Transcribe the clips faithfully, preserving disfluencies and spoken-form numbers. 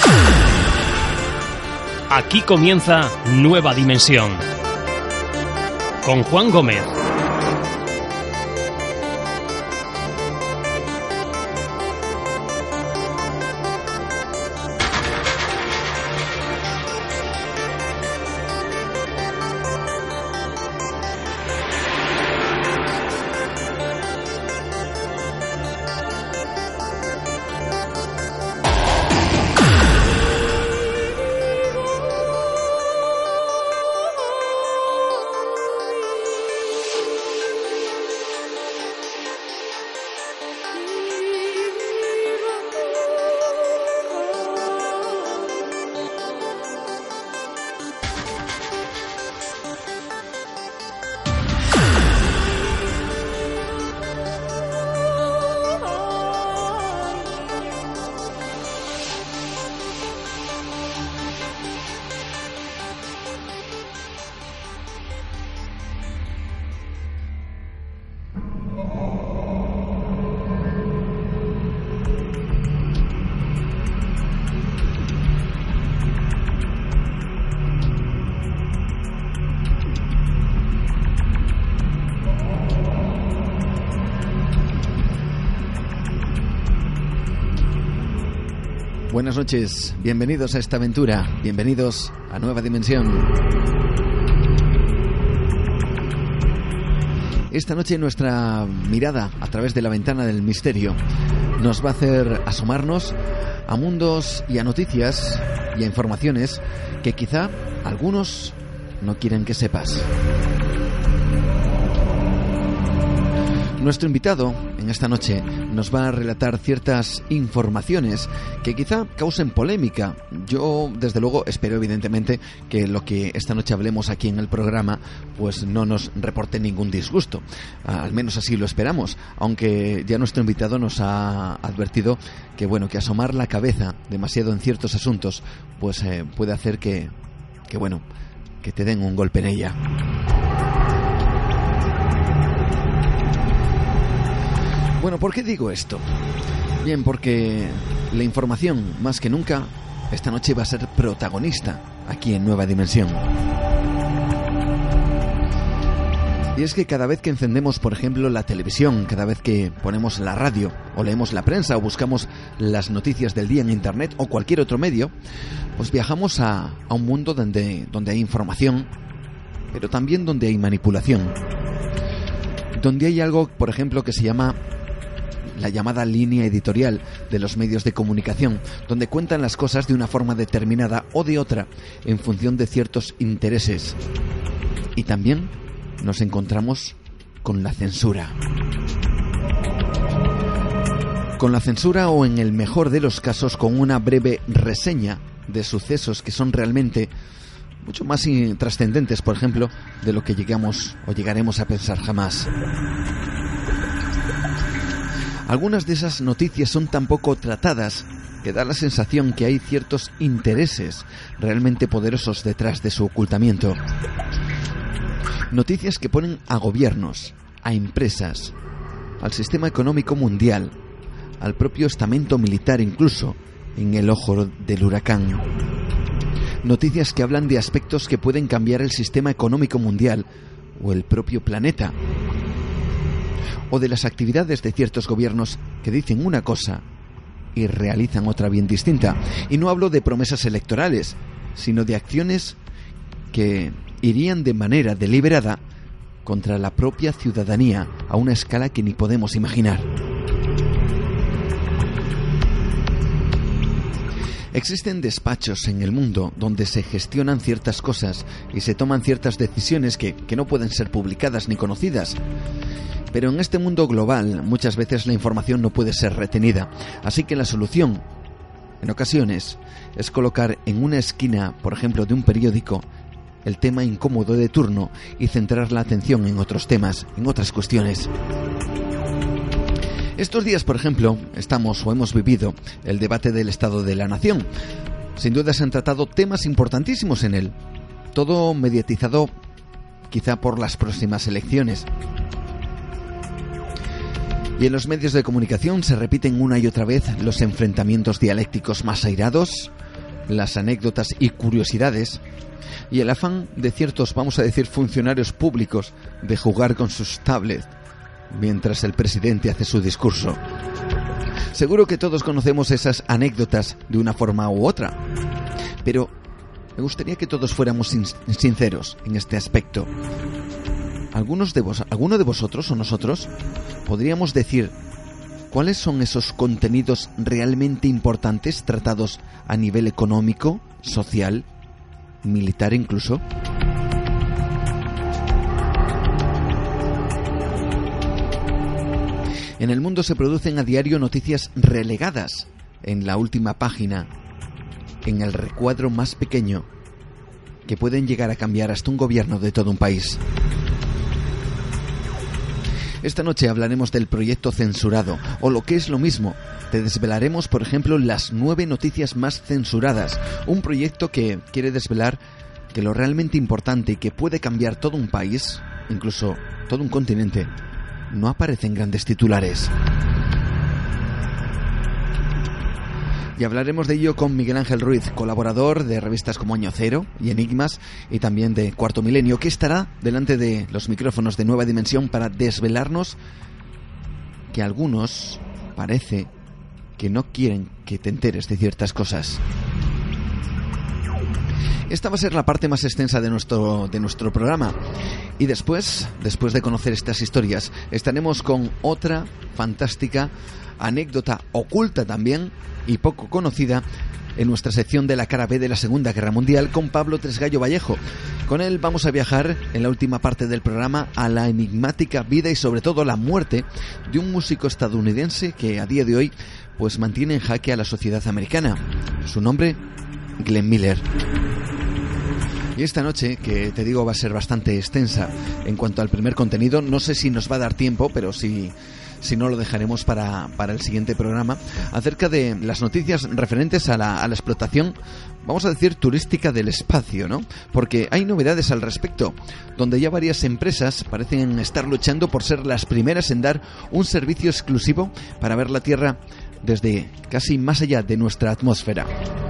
Aquí comienza Nueva Dimensión con Juan Gómez. Buenas noches, bienvenidos a esta aventura, bienvenidos a Nueva Dimensión. Esta noche nuestra mirada a través de la ventana del misterio nos va a hacer asomarnos a mundos y a noticias y a informaciones que quizá algunos no quieren que sepas. Nuestro invitado en esta noche nos va a relatar ciertas informaciones que quizá causen polémica. Yo, desde luego, espero evidentemente que lo que esta noche hablemos aquí en el programa pues no nos reporte ningún disgusto. Al menos así lo esperamos, aunque ya nuestro invitado nos ha advertido que bueno, que asomar la cabeza demasiado en ciertos asuntos pues eh, puede hacer que, que bueno, que te den un golpe en ella. Bueno, ¿por qué digo esto? Bien, porque la información, más que nunca, esta noche va a ser protagonista aquí en Nueva Dimensión. Y es que cada vez que encendemos, por ejemplo, la televisión, cada vez que ponemos la radio, o leemos la prensa, o buscamos las noticias del día en Internet, o cualquier otro medio, pues viajamos a, a un mundo donde, donde hay información, pero también donde hay manipulación. Donde hay algo, por ejemplo, que se llama la llamada línea editorial de los medios de comunicación, donde cuentan las cosas de una forma determinada o de otra en función de ciertos intereses. Y también nos encontramos con la censura. Con la censura o, en el mejor de los casos, con una breve reseña de sucesos que son realmente mucho más trascendentes, por ejemplo, de lo que llegamos o llegaremos a pensar jamás. Algunas de esas noticias son tan poco tratadas que da la sensación que hay ciertos intereses realmente poderosos detrás de su ocultamiento. Noticias que ponen a gobiernos, a empresas, al sistema económico mundial, al propio estamento militar incluso, en el ojo del huracán. Noticias que hablan de aspectos que pueden cambiar el sistema económico mundial o el propio planeta. O de las actividades de ciertos gobiernos que dicen una cosa y realizan otra bien distinta. Y no hablo de promesas electorales, sino de acciones que irían de manera deliberada contra la propia ciudadanía a una escala que ni podemos imaginar. Existen despachos en el mundo donde se gestionan ciertas cosas y se toman ciertas decisiones que, que no pueden ser publicadas ni conocidas. Pero en este mundo global muchas veces la información no puede ser retenida. Así que la solución, en ocasiones, es colocar en una esquina, por ejemplo, de un periódico, el tema incómodo de turno y centrar la atención en otros temas, en otras cuestiones. Estos días, por ejemplo, estamos o hemos vivido el debate del Estado de la Nación. Sin duda se han tratado temas importantísimos en él. Todo mediatizado quizá por las próximas elecciones. Y en los medios de comunicación se repiten una y otra vez los enfrentamientos dialécticos más airados, las anécdotas y curiosidades y el afán de ciertos, vamos a decir, funcionarios públicos de jugar con sus tablets mientras el presidente hace su discurso. Seguro que todos conocemos esas anécdotas de una forma u otra, pero me gustaría que todos fuéramos sin- sinceros en este aspecto. Algunos de vos, ¿Alguno de vosotros o nosotros podríamos decir cuáles son esos contenidos realmente importantes tratados a nivel económico, social, militar incluso? En el mundo se producen a diario noticias relegadas en la última página, en el recuadro más pequeño, que pueden llegar a cambiar hasta un gobierno de todo un país. Esta noche hablaremos del proyecto censurado, o lo que es lo mismo, te desvelaremos, por ejemplo, las nueve noticias más censuradas, un proyecto que quiere desvelar que lo realmente importante y que puede cambiar todo un país, incluso todo un continente, no aparece en grandes titulares. Y hablaremos de ello con Miguel Ángel Ruiz, colaborador de revistas como Año Cero y Enigmas, y también de Cuarto Milenio, que estará delante de los micrófonos de Nueva Dimensión para desvelarnos que algunos parece que no quieren que te enteres de ciertas cosas. Esta va a ser la parte más extensa de nuestro, de nuestro programa. Y después, después de conocer estas historias, estaremos con otra fantástica anécdota oculta también y poco conocida en nuestra sección de la cara B de la Segunda Guerra Mundial con Pablo Tresgallo Vallejo. Con él vamos a viajar en la última parte del programa a la enigmática vida y sobre todo la muerte de un músico estadounidense que a día de hoy pues mantiene en jaque a la sociedad americana. Su nombre, Glenn Miller. Y esta noche, que te digo va a ser bastante extensa en cuanto al primer contenido, no sé si nos va a dar tiempo, pero si, si no lo dejaremos para, para el siguiente programa, acerca de las noticias referentes a la, a la explotación, vamos a decir, turística del espacio, ¿no? Porque hay novedades al respecto, donde ya varias empresas parecen estar luchando por ser las primeras en dar un servicio exclusivo para ver la Tierra desde casi más allá de nuestra atmósfera.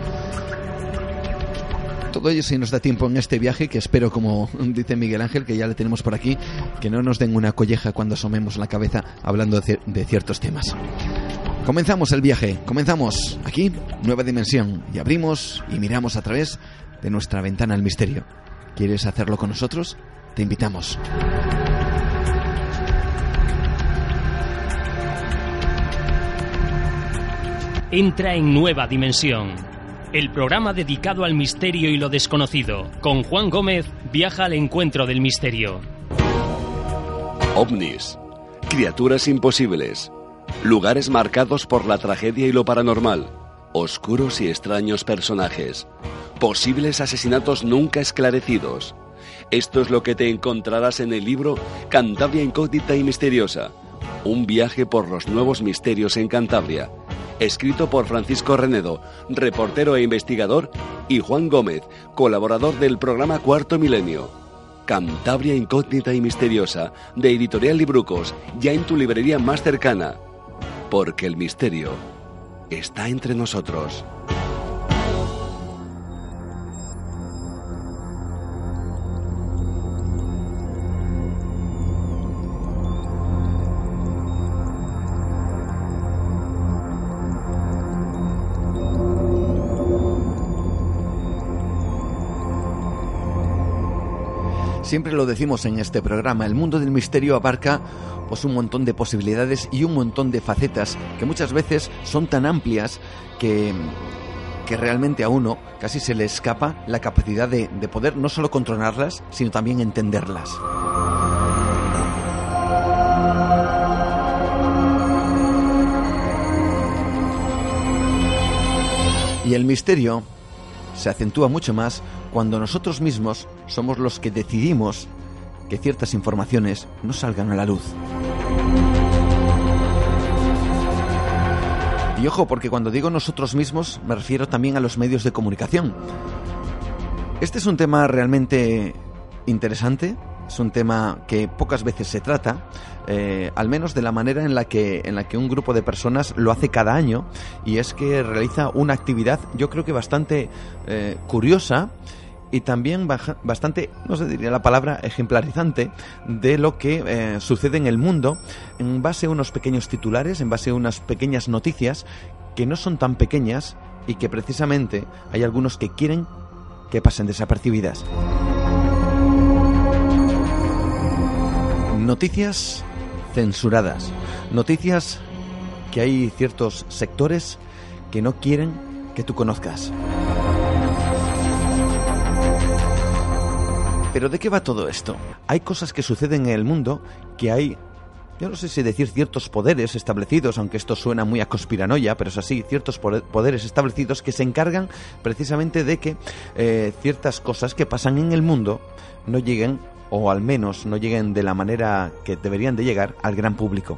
Todo ello si nos da tiempo en este viaje, que espero, como dice Miguel Ángel, que ya le tenemos por aquí, que no nos den una colleja cuando asomemos la cabeza hablando de, de ciertos temas. Comenzamos el viaje, comenzamos aquí, Nueva Dimensión, y abrimos y miramos a través de nuestra ventana al misterio. ¿Quieres hacerlo con nosotros? Te invitamos. Entra en Nueva Dimensión, el programa dedicado al misterio y lo desconocido. Con Juan Gómez viaja al encuentro del misterio. OVNIs, criaturas imposibles, lugares marcados por la tragedia y lo paranormal, oscuros y extraños personajes, posibles asesinatos nunca esclarecidos. Esto es lo que te encontrarás en el libro Cantabria Incógnita y Misteriosa, un viaje por los nuevos misterios en Cantabria, escrito por Francisco Renedo, reportero e investigador, y Juan Gómez, colaborador del programa Cuarto Milenio. Cantabria Incógnita y Misteriosa, de Editorial Librucos, ya en tu librería más cercana. Porque el misterio está entre nosotros. Siempre lo decimos en este programa, el mundo del misterio abarca pues un montón de posibilidades y un montón de facetas que muchas veces son tan amplias que, que realmente a uno casi se le escapa la capacidad de, de poder no solo controlarlas, sino también entenderlas. Y el misterio se acentúa mucho más cuando nosotros mismos somos los que decidimos que ciertas informaciones no salgan a la luz. Y ojo, porque cuando digo nosotros mismos me refiero también a los medios de comunicación. Este es un tema realmente interesante es un tema que pocas veces se trata, eh, al menos de la manera en la que en la que un grupo de personas lo hace cada año, y es que realiza una actividad, yo creo que bastante eh, curiosa y también baja, bastante, no sé, diría la palabra, ejemplarizante de lo que eh, sucede en el mundo, en base a unos pequeños titulares, en base a unas pequeñas noticias que no son tan pequeñas y que precisamente hay algunos que quieren que pasen desapercibidas. Noticias censuradas, noticias que hay ciertos sectores que no quieren que tú conozcas. ¿Pero de qué va todo esto? Hay cosas que suceden en el mundo que hay, yo no sé si decir ciertos poderes establecidos, aunque esto suena muy a conspiranoia, pero es así, ciertos poderes establecidos que se encargan precisamente de que eh, ciertas cosas que pasan en el mundo no lleguen, o al menos no lleguen de la manera que deberían de llegar al gran público.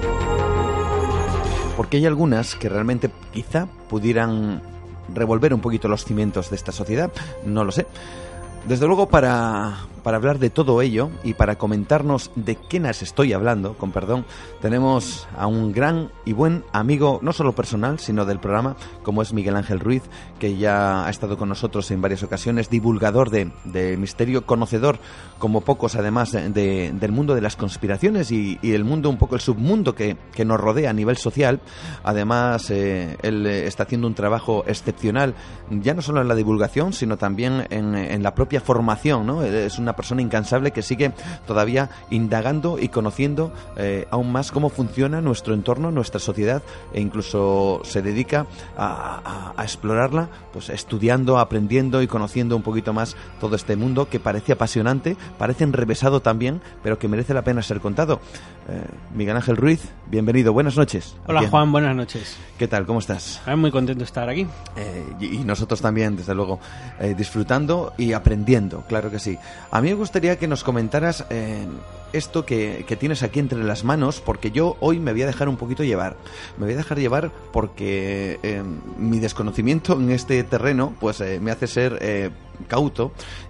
Porque hay algunas que realmente quizá pudieran revolver un poquito los cimientos de esta sociedad, no lo sé. Desde luego, para, para hablar de todo ello y para comentarnos de qué nos estoy hablando, con perdón, tenemos a un gran y buen amigo, no solo personal, sino del programa, como es Miguel Ángel Ruiz, que ya ha estado con nosotros en varias ocasiones, divulgador de, de misterio, conocedor como pocos, además, de, del mundo de las conspiraciones y, y el mundo, un poco el submundo que, que nos rodea a nivel social. Además, eh, él está haciendo un trabajo excepcional, ya no solo en la divulgación, sino también en, en la propia formación, ¿no? Es una persona incansable que sigue todavía indagando y conociendo eh, aún más cómo funciona nuestro entorno, nuestra sociedad, e incluso se dedica a, a, a explorarla, pues estudiando, aprendiendo y conociendo un poquito más todo este mundo que parece apasionante, parece enrevesado también, pero que merece la pena ser contado. Eh, Miguel Ángel Ruiz, bienvenido, buenas noches. Hola Aquí. Juan, buenas noches. ¿Qué tal? ¿Cómo estás? Ah, muy contento de estar aquí. Eh, y, y nosotros también, desde luego, eh, disfrutando y aprendiendo, claro que sí. A mí me gustaría que nos comentaras eh, esto que, que tienes aquí entre las manos, porque yo hoy me voy a dejar un poquito llevar. Me voy a dejar llevar porque eh, mi desconocimiento en este terreno pues eh, me hace ser eh, cauto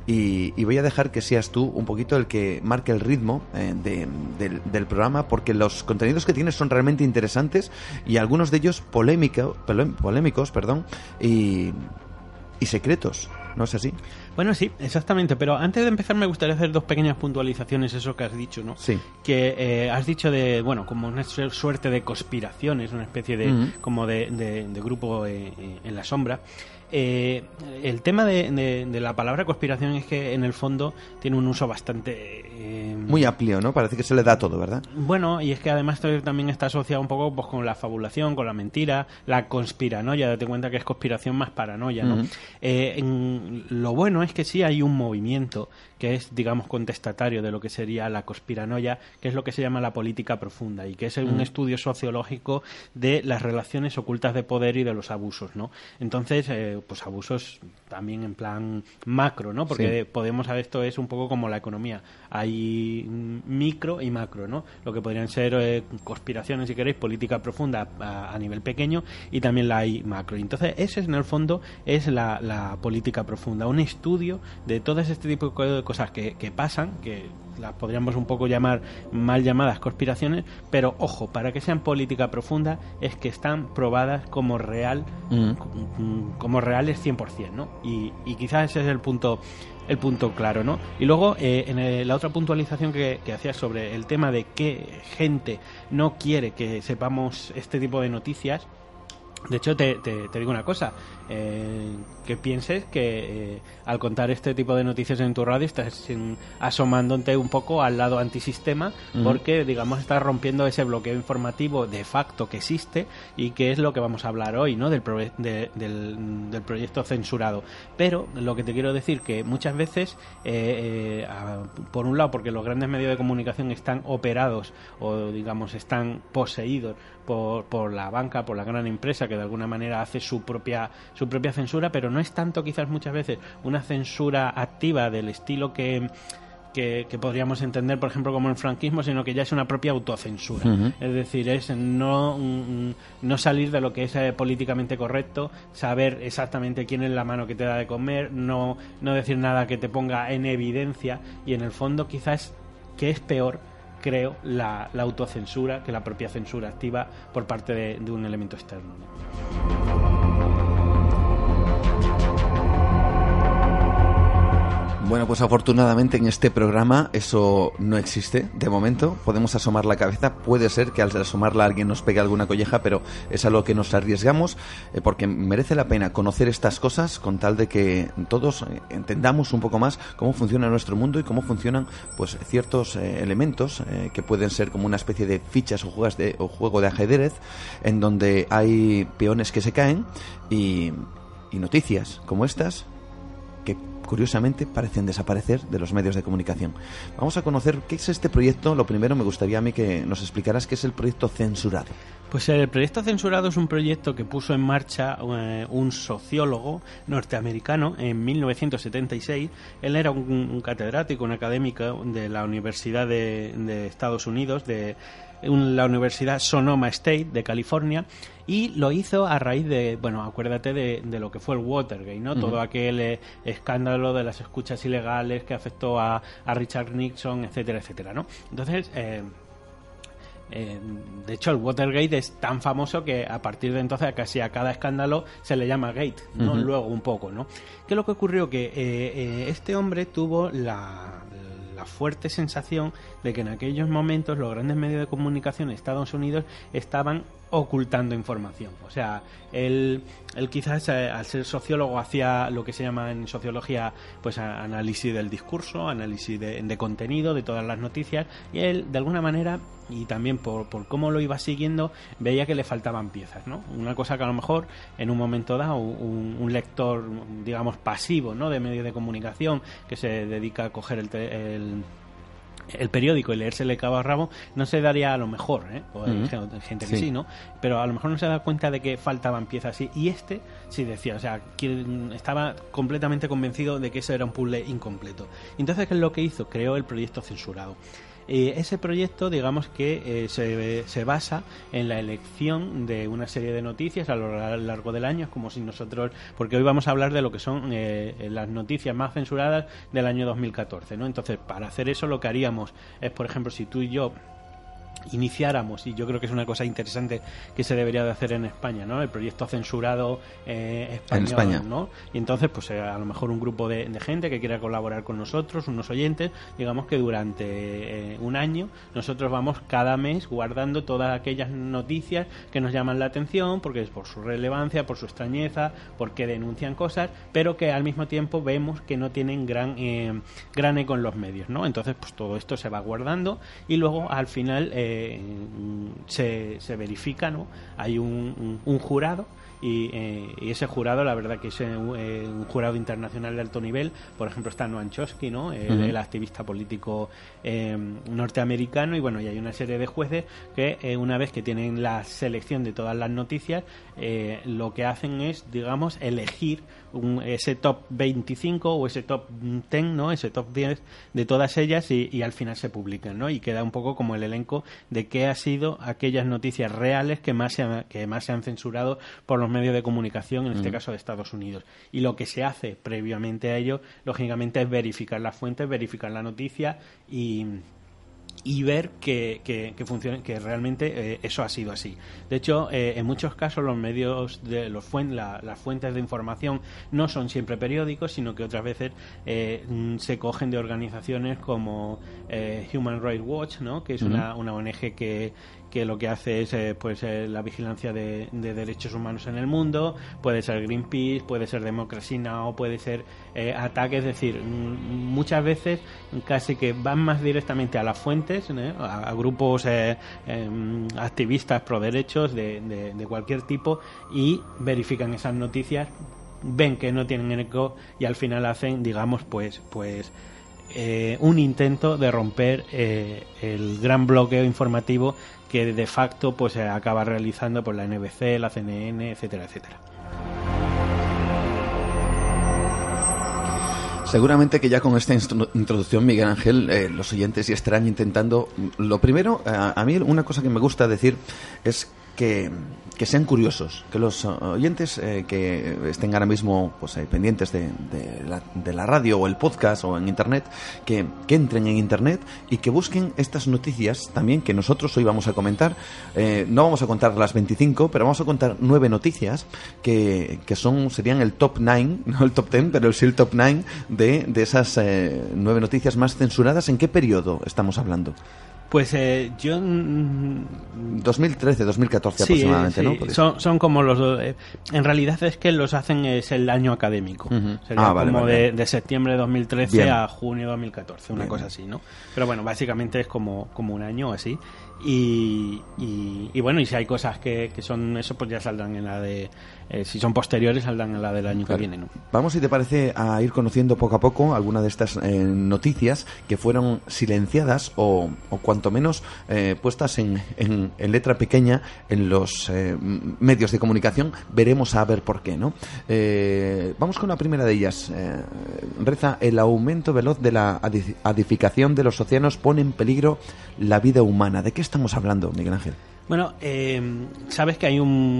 y, y voy a dejar que seas tú un poquito el que marque el ritmo eh, de, del, del programa, porque los contenidos que tienes son realmente interesantes y algunos de ellos polémico, polémicos perdón, y, y secretos. ¿No es así? Bueno, sí, exactamente, pero antes de empezar me gustaría hacer dos pequeñas puntualizaciones, eso que has dicho, ¿no? Sí. Que eh, has dicho de, bueno, como una suerte de conspiraciones, una especie de, uh-huh. como de, de, de grupo eh, en la sombra. Eh, el tema de, de, de la palabra conspiración es que en el fondo tiene un uso bastante... Eh, muy amplio, ¿no? Parece que se le da todo, ¿verdad? Bueno, y es que además también está asociado un poco pues, con la fabulación, con la mentira, la conspiranoia, date cuenta que es conspiración más paranoia, ¿no? Uh-huh. Eh, en, lo bueno es que sí hay un movimiento que es, digamos, contestatario de lo que sería la conspiranoia, que es lo que se llama la política profunda, y que es un uh-huh. estudio sociológico de las relaciones ocultas de poder y de los abusos, ¿no? Entonces, eh, pues abusos también en plan macro, ¿no? Porque sí. podemos saber, esto es un poco como la economía, hay micro y macro, ¿no? Lo que podrían ser eh, conspiraciones, si queréis, política profunda a, a nivel pequeño, y también la hay macro. Entonces, ese en el fondo es la, la política profunda, un estudio de todo este tipo de cosas que, que pasan, que las podríamos un poco llamar mal llamadas conspiraciones, pero ojo, para que sean política profunda es que están probadas como real, mm. como reales cien por ciento, ¿no? Y, y quizás ese es el punto el punto claro, ¿no? Y luego, eh, en el, la otra puntualización que, que hacías sobre el tema de qué gente no quiere que sepamos este tipo de noticias. De hecho, te, te, te digo una cosa, eh, que pienses que eh, al contar este tipo de noticias en tu radio estás en, asomándote un poco al lado antisistema, uh-huh. porque, digamos, estás rompiendo ese bloqueo informativo de facto que existe y que es lo que vamos a hablar hoy, ¿no? Del, pro, de, del, del proyecto censurado. Pero lo que te quiero decir que muchas veces, eh, eh, a, por un lado, porque los grandes medios de comunicación están operados o, digamos, están poseídos por, por la banca, por la gran empresa que de alguna manera hace su propia su propia censura, pero no es tanto quizás muchas veces una censura activa del estilo que que, que podríamos entender, por ejemplo, como el franquismo, sino que ya es una propia autocensura. Uh-huh. Es decir, es no, no salir de lo que es eh, políticamente correcto, saber exactamente quién es la mano que te da de comer, no, no decir nada que te ponga en evidencia, y en el fondo quizás que es peor, creo, la, la autocensura que la propia censura activa por parte de, de un elemento externo, ¿no? Bueno, pues afortunadamente en este programa eso no existe de momento. Podemos asomar la cabeza, puede ser que al asomarla alguien nos pegue alguna colleja, pero es a lo que nos arriesgamos, eh, porque merece la pena conocer estas cosas con tal de que todos eh, entendamos un poco más cómo funciona nuestro mundo y cómo funcionan pues ciertos eh, elementos eh, que pueden ser como una especie de fichas o, juegas de, o juego de ajedrez, en donde hay peones que se caen y, y noticias como estas que curiosamente parecen desaparecer de los medios de comunicación. Vamos a conocer qué es este proyecto. Lo primero me gustaría a mí que nos explicaras qué es el proyecto Censurado. Pues el proyecto Censurado es un proyecto que puso en marcha eh, un sociólogo norteamericano en mil novecientos setenta y seis. Él era un, un catedrático, un académico de la Universidad de, de Estados Unidos, de la Universidad Sonoma State de California, y lo hizo a raíz de, bueno, acuérdate de, de lo que fue el Watergate, ¿no? Uh-huh. Todo aquel eh, escándalo de las escuchas ilegales que afectó a, a Richard Nixon, etcétera, etcétera, ¿no? Entonces, eh, eh, de hecho, el Watergate es tan famoso que a partir de entonces casi a cada escándalo se le llama Gate, ¿no? Uh-huh. Luego un poco, ¿no? ¿Qué es lo que ocurrió? Que eh, eh, este hombre tuvo la... la fuerte sensación de que en aquellos momentos los grandes medios de comunicación de Estados Unidos estaban ocultando información. O sea, él, él quizás eh, al ser sociólogo hacía lo que se llama en sociología pues a, análisis del discurso, análisis de, de contenido, de todas las noticias, y él de alguna manera, y también por, por cómo lo iba siguiendo, veía que le faltaban piezas, ¿no? Una cosa que a lo mejor en un momento dado un, un lector, digamos, pasivo, ¿no?, de medios de comunicación que se dedica a coger el, el el periódico y leerse el cabo a rabo, no se daría a lo mejor, ¿eh? O hay uh-huh. gente que sí. sí, ¿no? Pero a lo mejor no se da cuenta de que faltaban piezas así. Y este sí decía, o sea, que estaba completamente convencido de que ese era un puzzle incompleto. Entonces, ¿qué es lo que hizo? Creó el proyecto Censurado. Eh, ese proyecto, digamos que eh, se, se basa en la elección de una serie de noticias a lo largo del año. Es como si nosotros, porque hoy vamos a hablar de lo que son eh, las noticias más censuradas del año dos mil catorce, ¿no? Entonces, para hacer eso lo que haríamos es, por ejemplo, si tú y yo iniciáramos, y yo creo que es una cosa interesante que se debería de hacer en España, ¿no?, el proyecto Censurado eh, español, en España, ¿no? Y entonces, pues eh, a lo mejor un grupo de, de gente que quiera colaborar con nosotros, unos oyentes, digamos que durante eh, un año nosotros vamos cada mes guardando todas aquellas noticias que nos llaman la atención, porque es por su relevancia, por su extrañeza, porque denuncian cosas, pero que al mismo tiempo vemos que no tienen gran eh, gran eco en los medios, ¿no? Entonces, pues todo esto se va guardando y luego al final eh, Eh, se, se verifica, ¿no? Hay un, un, un jurado y, eh, y ese jurado, la verdad que es eh, un jurado internacional de alto nivel. Por ejemplo, está Noam Chomsky, ¿no? El, uh-huh. el activista político eh, norteamericano, y bueno, y hay una serie de jueces que eh, una vez que tienen la selección de todas las noticias, eh, lo que hacen es, digamos, elegir un, ese top veinticinco o ese top diez, ¿no? Ese top diez de todas ellas, y, y al final se publican, ¿no? Y queda un poco como el elenco de qué ha sido aquellas noticias reales que más se han, que más se han censurado por los medios de comunicación, en este mm. caso de Estados Unidos. Y lo que se hace previamente a ello, lógicamente, es verificar las fuentes, verificar la noticia y y ver que, que, que funcione, que realmente eh, eso ha sido así. De hecho, eh, en muchos casos los medios, de los fuen, la, las fuentes de información no son siempre periódicos, sino que otras veces eh, se cogen de organizaciones como eh, Human Rights Watch, ¿no?, que es uh-huh. una, una O N G que que lo que hace es eh, pues eh, la vigilancia de, de derechos humanos en el mundo. Puede ser Greenpeace, puede ser Democracy Now, puede ser eh, Ataque, es decir, m- muchas veces casi que van más directamente a las fuentes, ¿eh? a, a grupos eh, eh, activistas pro derechos de, de, de cualquier tipo, y verifican esas noticias, ven que no tienen eco y al final hacen, digamos, pues pues eh, un intento de romper eh, el gran bloqueo informativo que de facto pues se acaba realizando por la N B C, la C N N, etcétera, etcétera. Seguramente que ya con esta introducción, Miguel Ángel, eh, los oyentes ya estarán intentando... Lo primero, a, a mí una cosa que me gusta decir es que, que sean curiosos, que los oyentes eh, que estén ahora mismo pues, eh, pendientes de, de, la, de la radio o el podcast o en internet, que, que entren en internet y que busquen estas noticias también que nosotros hoy vamos a comentar. Eh, no vamos a contar las veinticinco, pero vamos a contar nueve noticias que, que son serían el top nueve, no el top diez, pero sí el top nueve de, de esas eh, nueve noticias más censuradas. ¿En qué periodo estamos hablando? Pues eh, yo... dos mil trece, dos mil catorce sí, aproximadamente, sí. ¿no? Son, son como los... Eh, en realidad es que los hacen es el año académico. Uh-huh. Sería ah, vale, como vale. De, de septiembre de dos mil trece Bien. A junio de dos mil catorce, una Bien. Cosa así, ¿no? Pero bueno, básicamente es como, como un año así. Y, y, y bueno, y si hay cosas que, que son eso, pues ya saldrán en la de... Eh, si son posteriores, saldrán en la del año claro. que viene, ¿no? Vamos, si te parece, a ir conociendo poco a poco alguna de estas eh, noticias que fueron silenciadas o, o cuanto menos eh, puestas en, en, en letra pequeña en los eh, medios de comunicación. Veremos a ver por qué, ¿no? Eh, vamos con la primera de ellas. Eh, reza: el aumento veloz de la acidificación de los océanos pone en peligro la vida humana. ¿De qué estamos hablando, Miguel Ángel? Bueno, eh, sabes que hay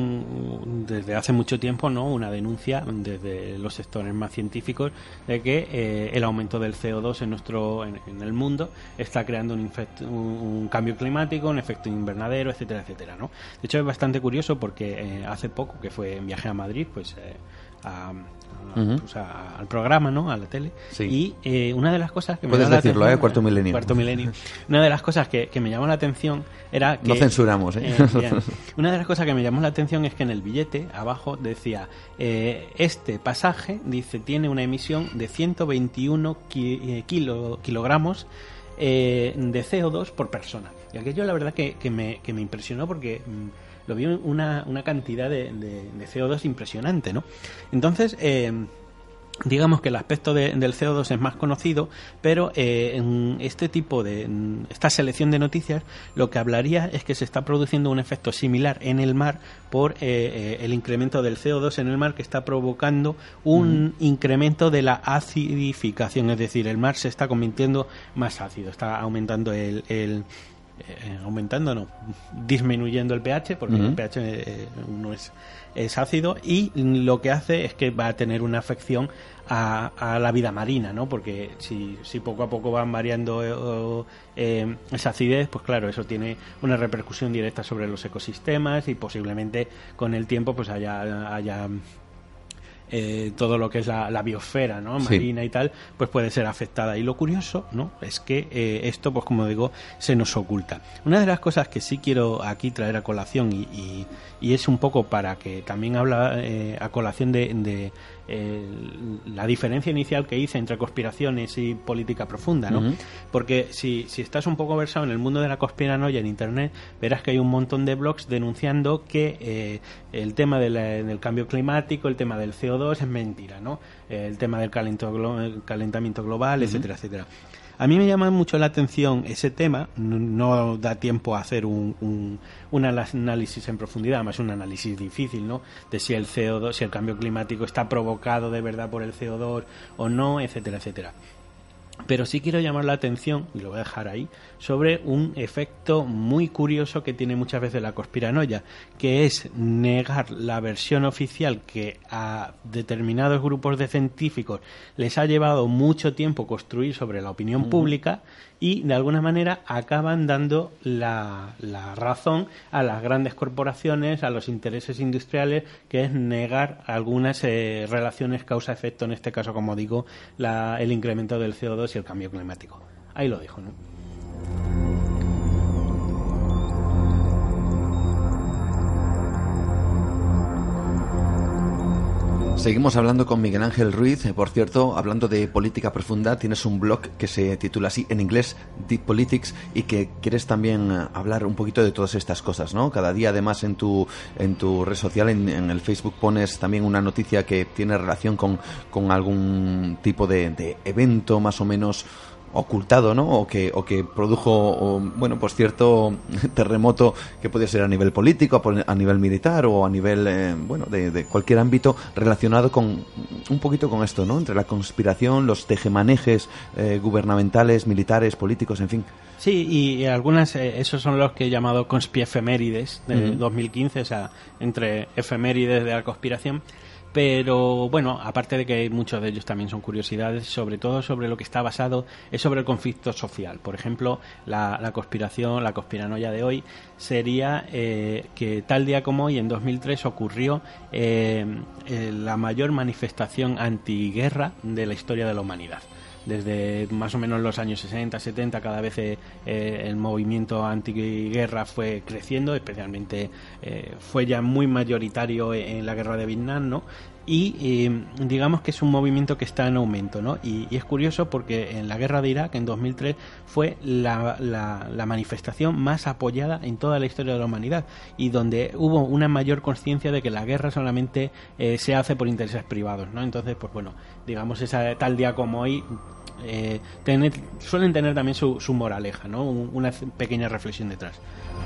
un desde hace mucho tiempo, ¿no? Una denuncia desde los sectores más científicos de que eh, el aumento del C O dos en nuestro en, en el mundo está creando un, infect, un, un cambio climático, un efecto invernadero, etcétera, etcétera, ¿no? De hecho es bastante curioso porque eh, hace poco que fue en viaje a Madrid, pues eh, a, a, uh-huh. pues a, al programa, ¿no? A la tele. Sí. Y eh, una de las cosas que me puedes llamó decirlo, la atención, ¿eh? Cuarto milenio. Cuarto milenio. Una de las cosas que, que me llamó la atención era que... No censuramos, ¿eh? eh bien. Una de las cosas que me llamó la atención es que en el billete abajo decía eh, este pasaje, dice, tiene una emisión de ciento veintiuno ki- kilo, kilogramos eh, de C O dos por persona. Y aquello la verdad que, que, me, que me impresionó porque... Mmm, lo vi una, una cantidad de, de, de C O dos impresionante, ¿no? Entonces, eh, digamos que el aspecto de, del C O dos es más conocido, pero eh, en este tipo de... En esta selección de noticias, lo que hablaría es que se está produciendo un efecto similar en el mar por eh, eh, el incremento del C O dos en el mar que está provocando un mm. incremento de la acidificación, es decir, el mar se está convirtiendo más ácido, está aumentando el... el Eh, aumentando, no, disminuyendo el pH, porque uh-huh. el pH eh, no es, es ácido, y lo que hace es que va a tener una afección a, a la vida marina, ¿no? Porque si, si poco a poco van variando eh, eh, esa acidez, pues claro, eso tiene una repercusión directa sobre los ecosistemas y posiblemente con el tiempo pues haya... haya Eh, todo lo que es la, la biosfera, ¿no? Marina sí. y tal, pues puede ser afectada. Y lo curioso, ¿no? Es que eh, esto, pues como digo, se nos oculta. Una de las cosas que sí quiero aquí traer a colación y, y, y es un poco para que también habla eh, a colación de, de eh, la diferencia inicial que hice entre conspiraciones y política profunda, ¿no? Uh-huh. Porque si, si estás un poco versado en el mundo de la conspiranoia en internet, verás que hay un montón de blogs denunciando que eh, el tema de la, del cambio climático, el tema del C O dos es mentira, ¿no? El tema del calento, el calentamiento global, uh-huh. etcétera, etcétera. A mí me llama mucho la atención ese tema, no, no da tiempo a hacer un, un, un análisis en profundidad, además un análisis difícil, ¿no? De si el C O dos, si el cambio climático está provocado de verdad por el C O dos o no, etcétera, etcétera. Pero sí quiero llamar la atención, y lo voy a dejar ahí, sobre un efecto muy curioso que tiene muchas veces la conspiranoia, que es negar la versión oficial que a determinados grupos de científicos les ha llevado mucho tiempo construir sobre la opinión uh-huh. pública, y de alguna manera acaban dando la, la razón a las grandes corporaciones, a los intereses industriales, que es negar algunas eh, relaciones causa-efecto, en este caso, como digo, la, el incremento del C O dos y el cambio climático. Ahí lo dejo, ¿no? Seguimos hablando con Miguel Ángel Ruiz. Por cierto, hablando de política profunda, tienes un blog que se titula así en inglés, Deep Politics, y que quieres también hablar un poquito de todas estas cosas, ¿no? Cada día, además, en tu en tu red social, en, en el Facebook, pones también una noticia que tiene relación con, con algún tipo de, de evento más o menos ocultado, ¿no? O que, o que produjo, o, bueno, pues cierto terremoto que puede ser a nivel político, a nivel militar o a nivel, eh, bueno, de, de cualquier ámbito relacionado con un poquito con esto, ¿no? Entre la conspiración, los tejemanejes eh, gubernamentales, militares, políticos, en fin. Sí, y algunas, eh, esos son los que he llamado conspiefemérides de uh-huh. dos mil quince, o sea, entre efemérides de la conspiración. Pero bueno, aparte de que muchos de ellos también son curiosidades, sobre todo sobre lo que está basado es sobre el conflicto social. Por ejemplo, la, la conspiración, la conspiranoia de hoy sería eh, que tal día como hoy, en dos mil tres, ocurrió eh, eh, la mayor manifestación antiguerra de la historia de la humanidad. Desde más o menos los años sesenta, setenta, cada vez eh, el movimiento antiguerra fue creciendo, especialmente eh, fue ya muy mayoritario en la guerra de Vietnam, ¿no? Y eh, digamos que es un movimiento que está en aumento, ¿no? Y, y es curioso porque en la guerra de Irak, en dos mil tres, fue la, la, la manifestación más apoyada en toda la historia de la humanidad y donde hubo una mayor conciencia de que la guerra solamente eh, se hace por intereses privados, ¿no? Entonces, pues bueno, digamos, esa tal día como hoy eh, tener, suelen tener también su, su moraleja, ¿no? Una pequeña reflexión detrás.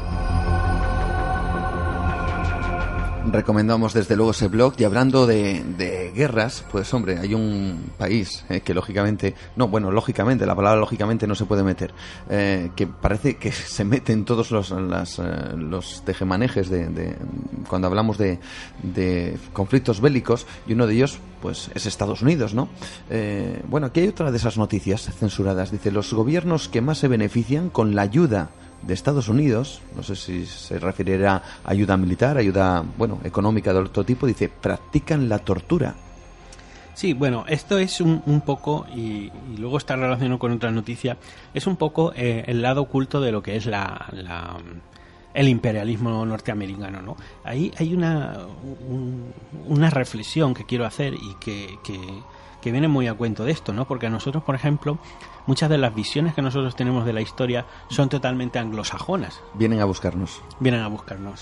Recomendamos desde luego ese blog. Y hablando de, de guerras, pues hombre, hay un país eh, que lógicamente, no, bueno, lógicamente, la palabra lógicamente no se puede meter, eh, que parece que se mete en todos los, las, eh, los tejemanejes de, de, cuando hablamos de, de conflictos bélicos, y uno de ellos pues es Estados Unidos, ¿no? Eh, bueno, aquí hay otra de esas noticias censuradas. Dice, los gobiernos que más se benefician con la ayuda de Estados Unidos, no sé si se referirá a ayuda militar, ayuda, bueno, económica de otro tipo, dice, practican la tortura. Sí, bueno, esto es un, un poco, y, y luego está relacionado con otra noticia, es un poco eh, el lado oculto de lo que es la, la el imperialismo norteamericano, ¿no? Ahí hay una, un, una reflexión que quiero hacer y que, que, que viene muy a cuento de esto, ¿no? Porque a nosotros, por ejemplo, muchas de las visiones que nosotros tenemos de la historia son totalmente anglosajonas. Vienen a buscarnos. Vienen a buscarnos.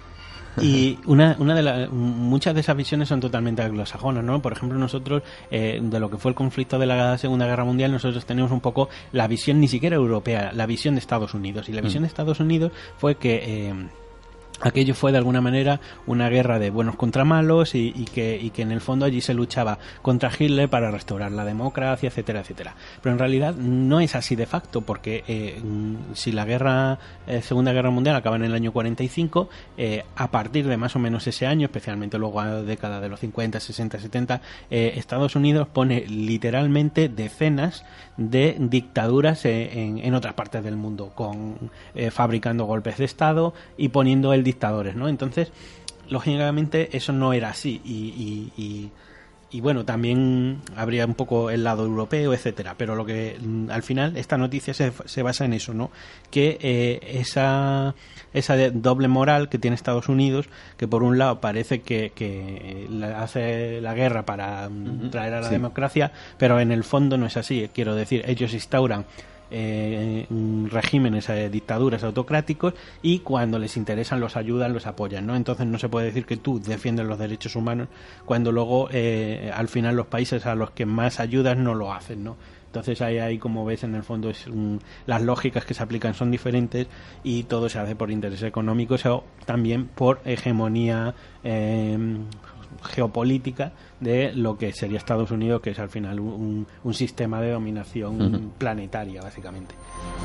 Y una, una de las muchas de esas visiones son totalmente anglosajonas, ¿no? Por ejemplo, nosotros, eh, de lo que fue el conflicto de la Segunda Guerra Mundial, nosotros tenemos un poco la visión ni siquiera europea, la visión de Estados Unidos. Y la visión mm. de Estados Unidos fue que eh, aquello fue de alguna manera una guerra de buenos contra malos y, y, que, y que en el fondo allí se luchaba contra Hitler para restaurar la democracia, etcétera, etcétera. Pero en realidad no es así de facto, porque eh, si la guerra eh, Segunda Guerra Mundial acaba en el año cuarenta y cinco, eh, a partir de más o menos ese año, especialmente luego a la década de los cincuenta, sesenta, setenta, eh, Estados Unidos pone literalmente decenas de dictaduras eh, en, en otras partes del mundo, con eh, fabricando golpes de Estado y poniendo el dictadores, ¿no? Entonces, lógicamente eso no era así y, y, y, y bueno, también habría un poco el lado europeo, etcétera, pero lo que al final esta noticia se, se basa en eso, ¿no? Que eh, esa esa doble moral que tiene Estados Unidos, que por un lado parece que, que hace la guerra para uh-huh. traer a la sí. democracia, pero en el fondo no es así. Quiero decir, ellos instauran Eh, regímenes, eh, dictaduras autocráticos y cuando les interesan los ayudan, los apoyan, ¿no? Entonces no se puede decir que tú defiendes los derechos humanos cuando luego eh, al final los países a los que más ayudas no lo hacen, ¿no? Entonces ahí, ahí como ves, en el fondo es un, las lógicas que se aplican son diferentes y todo se hace por intereses económicos o también por hegemonía eh, geopolítica de lo que sería Estados Unidos, que es al final un, un sistema de dominación uh-huh. planetaria, básicamente.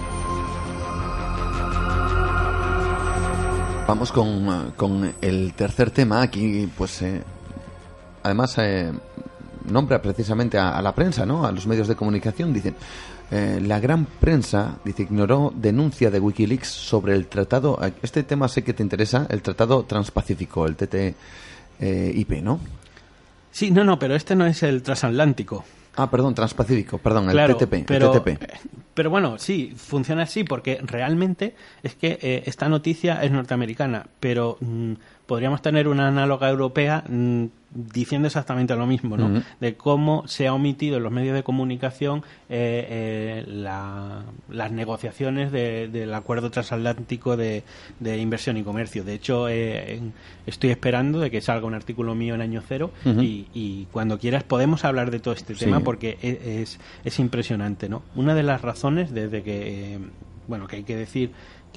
Vamos con, con el tercer tema. Aquí, pues, eh, además, eh, nombra precisamente a, a la prensa, ¿no? A los medios de comunicación. Dicen, eh, la gran prensa, dice, ignoró denuncia de Wikileaks sobre el tratado. Este tema sé que te interesa, el Tratado Transpacífico, el T T I P, ¿no? Sí, no, no, pero este no es el transatlántico. Ah, perdón, Transpacífico, perdón, claro, el T T P. Pero, el T T P. Pero bueno, sí, funciona así porque realmente es que eh, esta noticia es norteamericana, pero mmm, podríamos tener una análoga europea mmm, diciendo exactamente lo mismo, ¿no? Uh-huh. De cómo se ha omitido en los medios de comunicación eh, eh, la, las negociaciones de, del acuerdo transatlántico de, de inversión y comercio. De hecho, eh, estoy esperando de que salga un artículo mío en Año Cero uh-huh. y, y cuando quieras podemos hablar de todo este tema sí. porque es, es, es impresionante, ¿no? Una de las razones desde que, eh, bueno, que hay que decir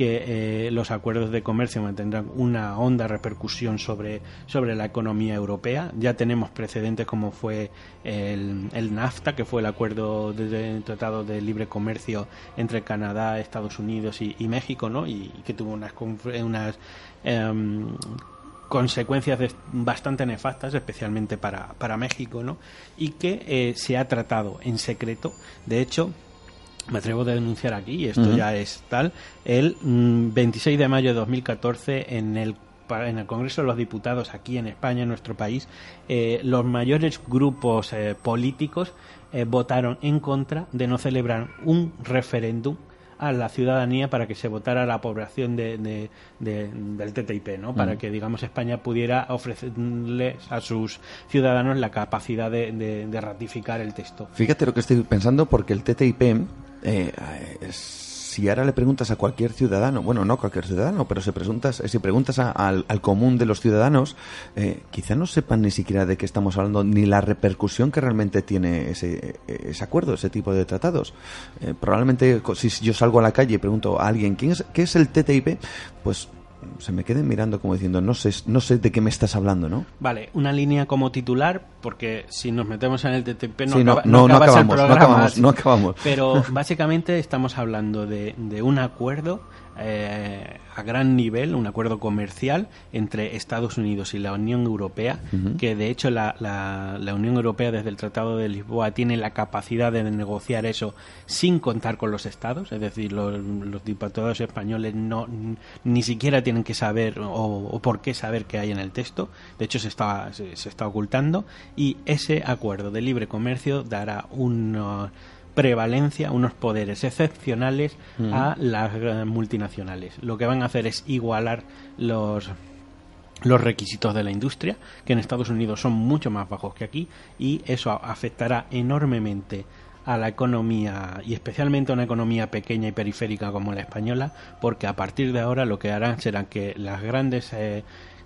que eh, los acuerdos de comercio mantendrán una honda repercusión sobre, sobre la economía europea. Ya tenemos precedentes como fue el, el NAFTA, que fue el acuerdo de, de tratado de libre comercio entre Canadá, Estados Unidos y, y México, ¿no? Y, y que tuvo unas, unas eh, consecuencias de, bastante nefastas, especialmente para, para México, ¿no? Y que eh, se ha tratado en secreto. De hecho, me atrevo a denunciar aquí, y esto uh-huh. ya es tal, el mm, veintiséis de mayo de dos mil catorce en el en el Congreso de los Diputados aquí en España, en nuestro país, eh, los mayores grupos eh, políticos eh, votaron en contra de no celebrar un referéndum a la ciudadanía para que se votara la aprobación de, de, de, del T T I P, ¿no? Para uh-huh. que, digamos, España pudiera ofrecerles a sus ciudadanos la capacidad de, de, de ratificar el texto. Fíjate lo que estoy pensando, porque el T T I P, eh, es, si ahora le preguntas a cualquier ciudadano, bueno, no cualquier ciudadano, pero si preguntas, si preguntas a, al, al común de los ciudadanos, eh, quizá no sepan ni siquiera de qué estamos hablando, ni la repercusión que realmente tiene ese, ese acuerdo, ese tipo de tratados. Eh, probablemente, si yo salgo a la calle y pregunto a alguien, ¿quién es, qué es el T T I P? Pues se me queden mirando como diciendo, no sé, no sé de qué me estás hablando, ¿no? Vale, una línea como titular, porque si nos metemos en el T T I P no, sí, no, acaba, no, no, no acabamos, el no acabamos, no acabamos. Pero básicamente estamos hablando de, de un acuerdo eh, a gran nivel, un acuerdo comercial entre Estados Unidos y la Unión Europea, uh-huh. que de hecho la, la, la Unión Europea desde el Tratado de Lisboa tiene la capacidad de negociar eso sin contar con los estados, es decir, los, los diputados españoles no ni siquiera tienen que saber o, o por qué saber qué hay en el texto. De hecho se está, se, se está ocultando, y ese acuerdo de libre comercio dará un prevalencia, unos poderes excepcionales uh-huh. a las multinacionales. Lo que van a hacer es igualar los los requisitos de la industria, que en Estados Unidos son mucho más bajos que aquí, y eso afectará enormemente a la economía, y especialmente a una economía pequeña y periférica como la española, porque a partir de ahora lo que harán será que las grandes eh,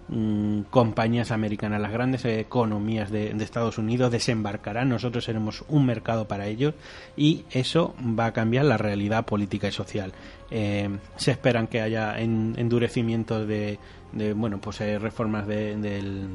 compañías americanas, las grandes economías de, de Estados Unidos desembarcarán, nosotros seremos un mercado para ellos, y eso va a cambiar la realidad política y social. Eh, se esperan que haya en, endurecimientos de, de bueno pues eh, reformas de, del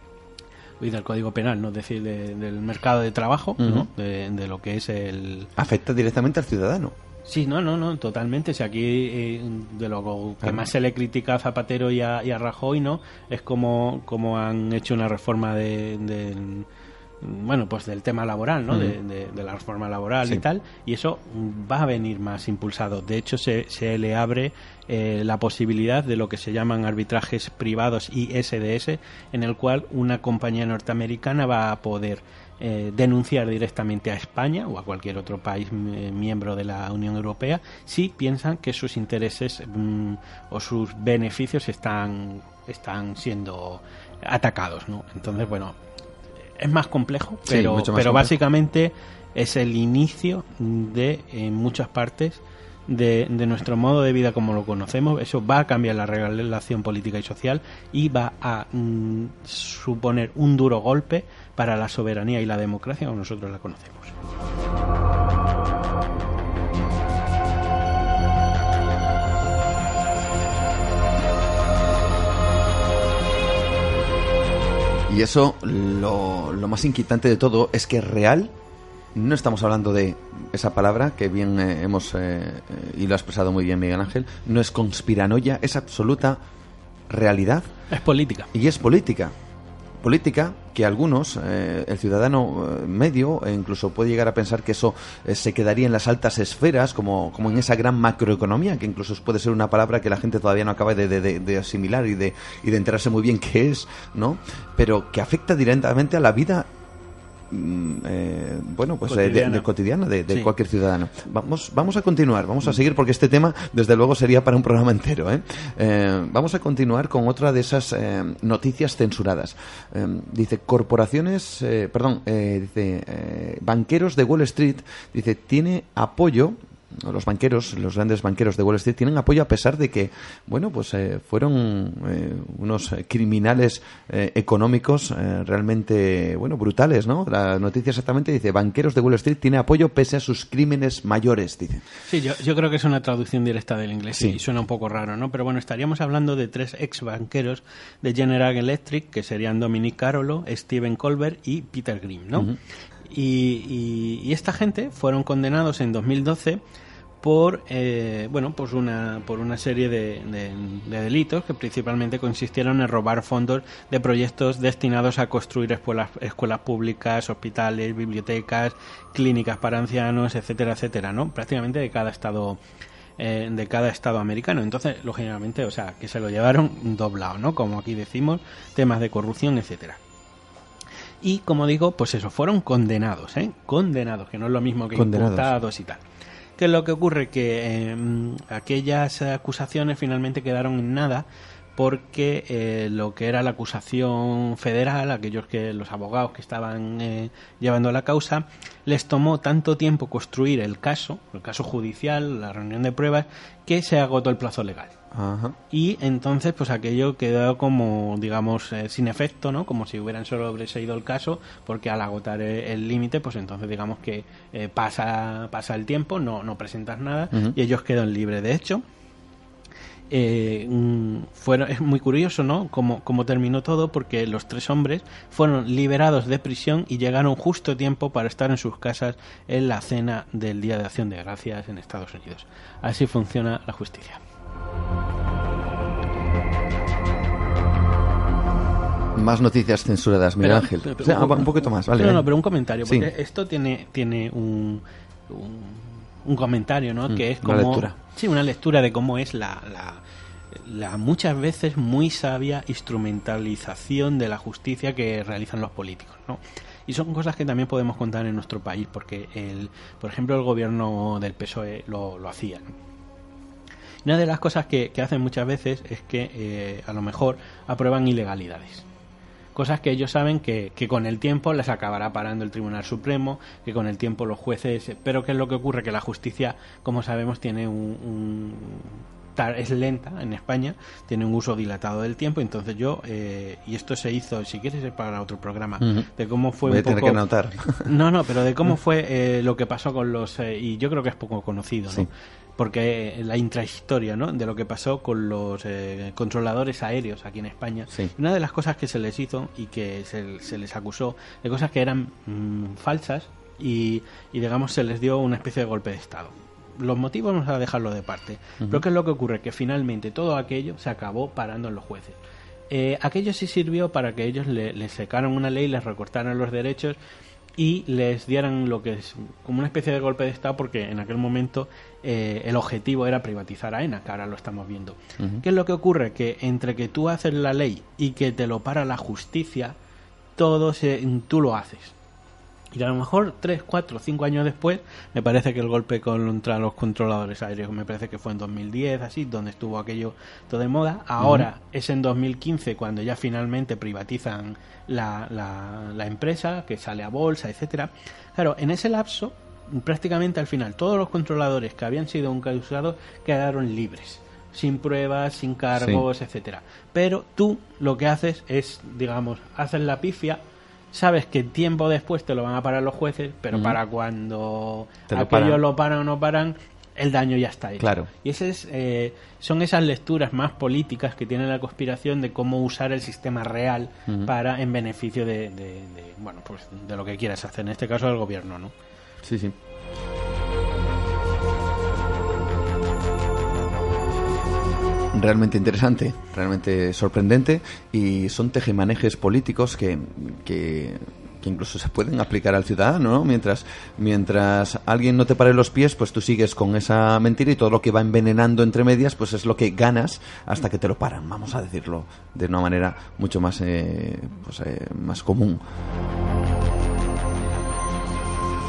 del Código Penal, no es decir, de, del mercado de trabajo, uh-huh. ¿no? de, de lo que es el... Afecta directamente al ciudadano. Sí, no, no, no, totalmente. Si aquí eh, de lo que más se le critica a Zapatero y a, y a Rajoy, ¿no? Es como, como han hecho una reforma de, de bueno, pues del tema laboral, ¿no? Uh-huh. de, de, de la reforma laboral sí. y tal, y eso va a venir más impulsado. De hecho, se, se le abre eh, la posibilidad de lo que se llaman arbitrajes privados I S D S, en el cual una compañía norteamericana va a poder Eh, denunciar directamente a España o a cualquier otro país eh, miembro de la Unión Europea si piensan que sus intereses mm, o sus beneficios están están siendo atacados, ¿no? Entonces, bueno, es más complejo, pero, sí, más pero complejo. Básicamente es el inicio de, en muchas partes, de, de nuestro modo de vida como lo conocemos. Eso va a cambiar la relación política y social y va a mm, suponer un duro golpe para la soberanía y la democracia como nosotros la conocemos. Y eso, lo, lo más inquietante de todo es que es real. No estamos hablando de esa palabra que bien eh, hemos, eh, y lo ha expresado muy bien Miguel Ángel, no es conspiranoia, es absoluta realidad. Es política. Y es política. Política que algunos, eh, el ciudadano eh, medio, e incluso puede llegar a pensar que eso eh, se quedaría en las altas esferas, como, como en esa gran macroeconomía, que incluso puede ser una palabra que la gente todavía no acaba de, de, de, de asimilar y de, y de enterarse muy bien qué es, ¿no? Pero que afecta directamente a la vida Eh, bueno, pues de, de, de cotidiano de, de sí. cualquier ciudadano. Vamos, vamos a continuar, vamos a seguir porque este tema, desde luego, sería para un programa entero, ¿eh? Eh, vamos a continuar con otra de esas eh, noticias censuradas. Eh, dice, corporaciones, eh, perdón, eh, dice, eh, banqueros de Wall Street, dice, tiene apoyo. Los banqueros, los grandes banqueros de Wall Street tienen apoyo a pesar de que, bueno, pues eh, fueron eh, unos criminales eh, económicos eh, realmente, bueno, brutales, ¿no? La noticia exactamente dice, banqueros de Wall Street tiene apoyo pese a sus crímenes mayores, dice. Sí, yo, yo creo que es una traducción directa del inglés sí. y suena un poco raro, ¿no? Pero bueno, estaríamos hablando de tres ex banqueros de General Electric, que serían Dominic Carolo, Stephen Colbert y Peter Grimm, ¿no? Uh-huh. Y, y, y esta gente fueron condenados en dos mil doce por eh, bueno pues una por una serie de, de, de delitos que principalmente consistieron en robar fondos de proyectos destinados a construir escuelas escuelas públicas, hospitales, bibliotecas, clínicas para ancianos, etcétera, etcétera, ¿no? Prácticamente de cada estado eh, de cada estado americano. Entonces, lógicamente, o sea, que se lo llevaron doblado, ¿no? Como aquí decimos, temas de corrupción, etcétera. Y como digo, pues eso, fueron condenados, ¿eh? Condenados, que no es lo mismo que condenados. Imputados y tal. ¿Qué es lo que ocurre? Que eh, aquellas acusaciones finalmente quedaron en nada porque eh, lo que era la acusación federal, aquellos que los abogados que estaban eh, llevando la causa, les tomó tanto tiempo construir el caso, el caso judicial, la reunión de pruebas, que se agotó el plazo legal. Ajá. Y entonces pues aquello quedó como, digamos, eh, sin efecto, ¿no? Como si hubieran sobreseído el caso, porque al agotar el límite, pues entonces digamos que eh, pasa pasa el tiempo, no no presentas nada, uh-huh. y ellos quedan libres. De hecho, eh, fueron, es muy curioso, ¿no? Cómo, cómo terminó todo, porque los tres hombres fueron liberados de prisión y llegaron justo a tiempo para estar en sus casas en la cena del Día de Acción de Gracias en Estados Unidos. Así funciona la justicia. Más noticias censuradas, Miguel Ángel. Pero, pero, o sea, un poquito más, vale. No, no, pero un comentario, porque sí. esto tiene tiene un, un, un comentario, ¿no? Mm, que es como una lectura. Sí, una lectura de cómo es la, la, la muchas veces muy sabia instrumentalización de la justicia que realizan los políticos, ¿no? Y son cosas que también podemos contar en nuestro país, porque el, por ejemplo, el gobierno del P S O E lo, lo hacía, ¿no? Una de las cosas que, que hacen muchas veces es que eh, a lo mejor aprueban ilegalidades. Cosas que ellos saben que, que con el tiempo les acabará parando el Tribunal Supremo, que con el tiempo los jueces... Pero ¿qué es lo que ocurre? Que la justicia, como sabemos, tiene un... un es lenta en España, tiene un uso dilatado del tiempo. Entonces yo, eh, y esto se hizo, si quieres es para otro programa, uh-huh. de cómo fue Voy un a tener poco... que anotar. No, no, pero de cómo fue eh, lo que pasó con los... Eh, y yo creo que es poco conocido, ¿no? Sí. Porque la intrahistoria, ¿no? De lo que pasó con los eh, controladores aéreos aquí en España. Sí. Una de las cosas que se les hizo y que se, se les acusó de cosas que eran mmm, falsas y, y, digamos, se les dio una especie de golpe de Estado. Los motivos vamos a dejarlo de parte. Uh-huh. Pero ¿qué es lo que ocurre? Que finalmente todo aquello se acabó parando en los jueces. Eh, aquello sí sirvió para que ellos le, les secaran una ley, les recortaran los derechos y les dieran lo que es como una especie de golpe de Estado, porque en aquel momento eh, el objetivo era privatizar AENA, que ahora lo estamos viendo. Uh-huh. ¿Qué es lo que ocurre? Que entre que tú haces la ley y que te lo para la justicia, todo se, tú lo haces. Y a lo mejor tres, cuatro, cinco años después, me parece que el golpe contra los controladores aéreos, me parece que fue en dos mil diez, así, donde estuvo aquello todo de moda. Ahora uh-huh. es en dos mil quince cuando ya finalmente privatizan la, la, la empresa, que sale a bolsa, etcétera. Claro, en ese lapso, prácticamente al final, todos los controladores que habían sido encausados quedaron libres, sin pruebas, sin cargos, sí. etcétera. Pero tú lo que haces es, digamos, haces la pifia. Sabes que tiempo después te lo van a parar los jueces, pero uh-huh. para cuando lo aquellos paran. lo paran o no paran, el daño ya está hecho. Claro. Y ese es, eh, son esas lecturas más políticas que tiene la conspiración de cómo usar el sistema real uh-huh. para en beneficio de, de, de, bueno, pues de lo que quieras hacer, en este caso del gobierno, ¿no? Sí, sí. Realmente interesante, realmente sorprendente, y son tejemanejes políticos que, que, que incluso se pueden aplicar al ciudadano, ¿no? Mientras, mientras alguien no te pare los pies, pues tú sigues con esa mentira y todo lo que va envenenando entre medias, pues es lo que ganas hasta que te lo paran, vamos a decirlo de una manera mucho más, eh, pues, eh, más común.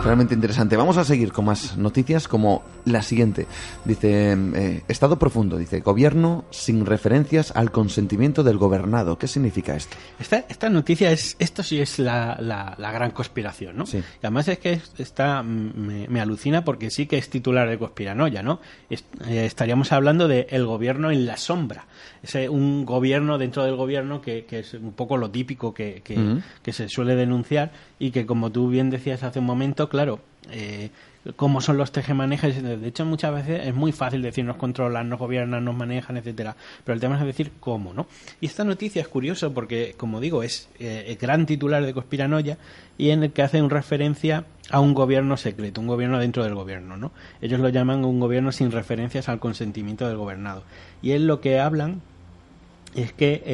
Realmente interesante. Vamos a seguir con más noticias como la siguiente. Dice, eh, Estado profundo, dice, gobierno sin referencias al consentimiento del gobernado. ¿Qué significa esto? Esta, esta noticia es, esto sí es la, la, la gran conspiración, ¿no? Sí. Y además es que está, me, me alucina porque sí que es titular de conspiranoia, ¿no? Es, eh, estaríamos hablando de el gobierno en la sombra. Es eh, un gobierno dentro del gobierno que, que es un poco lo típico que, que, uh-huh. que se suele denunciar y que, como tú bien decías hace un momento, claro, eh, cómo son los tejemanejes. De hecho, muchas veces es muy fácil decir nos controlan, nos gobiernan, nos manejan, etcétera. Pero el tema es decir cómo, ¿no? Y esta noticia es curioso porque, como digo, es eh, el gran titular de conspiranoia y en el que hacen referencia a un gobierno secreto, un gobierno dentro del gobierno, ¿no? Ellos lo llaman un gobierno sin referencias al consentimiento del gobernado. Y es lo que hablan es que eh,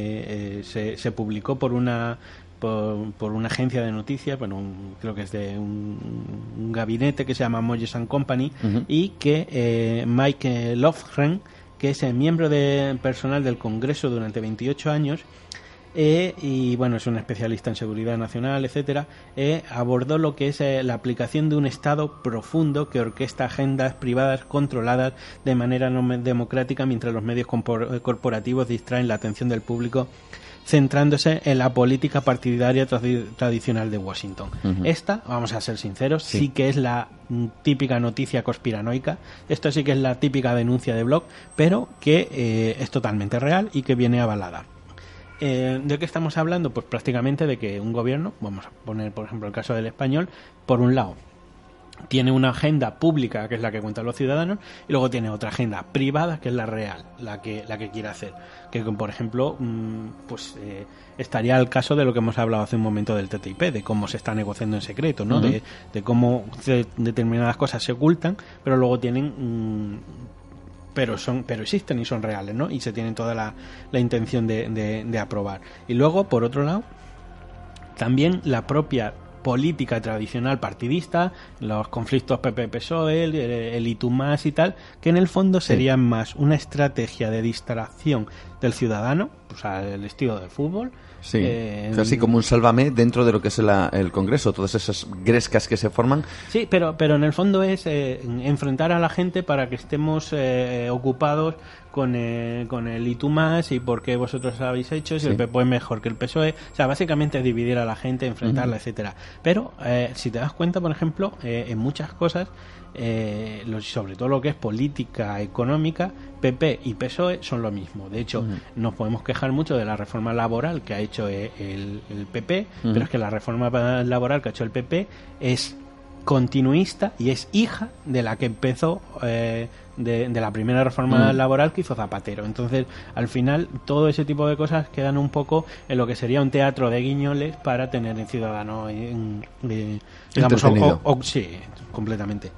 eh, se, se publicó por una Por, por una agencia de noticias, bueno, un, creo que es de un, un gabinete que se llama Moyes and Company, uh-huh. y que eh, Mike Lofgren, que es el miembro de personal del Congreso durante veintiocho años, eh, y bueno, es un especialista en seguridad nacional, etcétera, eh, abordó lo que es eh, la aplicación de un Estado profundo que orquesta agendas privadas controladas de manera no democrática mientras los medios compor- corporativos distraen la atención del público centrándose en la política partidaria trad- tradicional de Washington. Uh-huh. Esta, vamos a ser sinceros, sí. sí que es la típica noticia conspiranoica. Esto sí que es la típica denuncia de blog, pero que eh, es totalmente real y que viene avalada. Eh, ¿De qué estamos hablando? Pues prácticamente de que un gobierno, vamos a poner por ejemplo el caso del español, por un lado tiene una agenda pública que es la que cuentan los ciudadanos y luego tiene otra agenda privada que es la real, la que la que quiere hacer, que por ejemplo pues eh, estaría el caso de lo que hemos hablado hace un momento del T T I P, de cómo se está negociando en secreto, ¿no? Uh-huh. de, de cómo de, determinadas cosas se ocultan pero luego tienen mmm, pero son pero existen y son reales, ¿no? Y se tienen toda la, la intención de, de, de aprobar. Y luego por otro lado también la propia política tradicional partidista, los conflictos P P P S O E, el, el I T U más y tal, que en el fondo serían sí. más una estrategia de distracción del ciudadano, o sea, el estilo del fútbol. Sí, eh, o sea, así como un sálvame dentro de lo que es la, el Congreso, todas esas grescas que se forman. Sí, pero, pero en el fondo es eh, enfrentar a la gente para que estemos eh, ocupados con, eh, con el I T U más y por qué vosotros lo habéis hecho, si sí. el P P es mejor que el P S O E. O sea, básicamente es dividir a la gente, enfrentarla, uh-huh. etcétera. Pero eh, si te das cuenta, por ejemplo, eh, en muchas cosas, eh, lo, sobre todo lo que es política económica, P P y P S O E son lo mismo. De hecho, uh-huh. nos podemos quejar mucho de la reforma laboral que ha hecho el, el P P, uh-huh. pero es que la reforma laboral que ha hecho el P P es continuista y es hija de la que empezó eh, de, de la primera reforma uh-huh. laboral que hizo Zapatero. Entonces, al final, todo ese tipo de cosas quedan un poco en lo que sería un teatro de guiñoles para tener el ciudadano en, en, digamos, o, o, o, sí, completamente.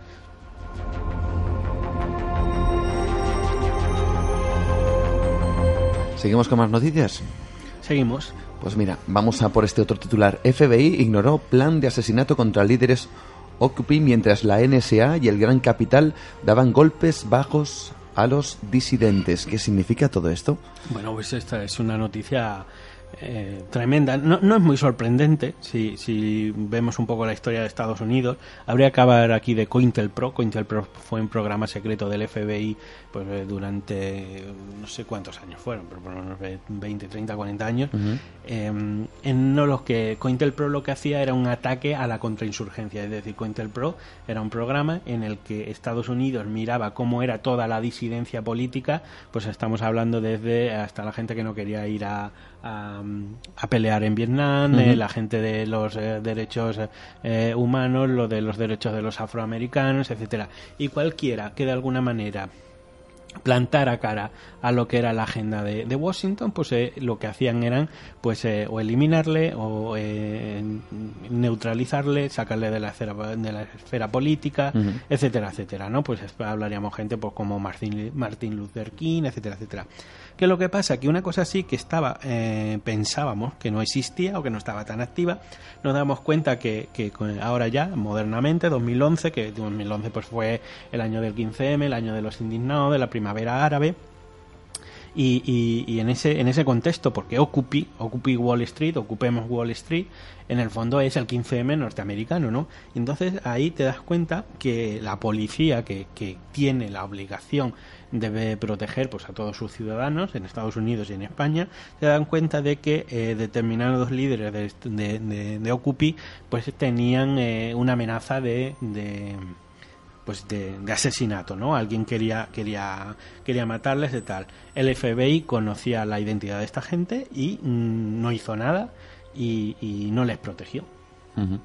¿Seguimos con más noticias? Seguimos. Pues mira, vamos a por este otro titular. F B I ignoró plan de asesinato contra líderes Occupy mientras la N S A y el Gran Capital daban golpes bajos a los disidentes. ¿Qué significa todo esto? Bueno, pues esta es una noticia eh, tremenda. No, no es muy sorprendente si, si vemos un poco la historia de Estados Unidos. Habría que hablar aquí de COINTELPRO. COINTELPRO fue un programa secreto del F B I pues eh, durante no sé cuántos años fueron, pero por unos veinte, treinta, cuarenta años. Uh-huh. Eh, en no los que COINTELPRO lo que hacía era un ataque a la contrainsurgencia, es decir, COINTELPRO era un programa en el que Estados Unidos miraba cómo era toda la disidencia política, pues estamos hablando desde hasta la gente que no quería ir a A, a pelear en Vietnam, uh-huh. eh, la gente de los eh, derechos eh, humanos, lo de los derechos de los afroamericanos, etcétera, y cualquiera que de alguna manera plantara cara a lo que era la agenda de, de Washington, pues eh, lo que hacían eran pues eh, o eliminarle o eh, neutralizarle, sacarle de la esfera, de la esfera política, uh-huh. etcétera, etcétera, ¿no? Pues hablaríamos gente pues como Martin, Martin Luther King, etcétera, etcétera. ¿Qué es lo que pasa? Que una cosa así que estaba, eh, pensábamos que no existía o que no estaba tan activa, nos damos cuenta que, que ahora ya, modernamente, dos mil once, que dos mil once pues fue el año del quince eme, el año de los indignados, de la primavera árabe, Y, y, y en ese en ese contexto, porque Occupy, Occupy Wall Street, ocupemos Wall Street, en el fondo es el quince eme norteamericano, ¿no? Y entonces ahí te das cuenta que la policía, que, que tiene la obligación de proteger pues a todos sus ciudadanos en Estados Unidos y en España, se dan cuenta de que eh, determinados líderes de, de, de, de Occupy pues tenían eh, una amenaza de, de pues de, de asesinato, ¿no? Alguien quería quería quería matarles y tal. El efe be i conocía la identidad de esta gente y mmm, no hizo nada y, y no les protegió. Uh-huh.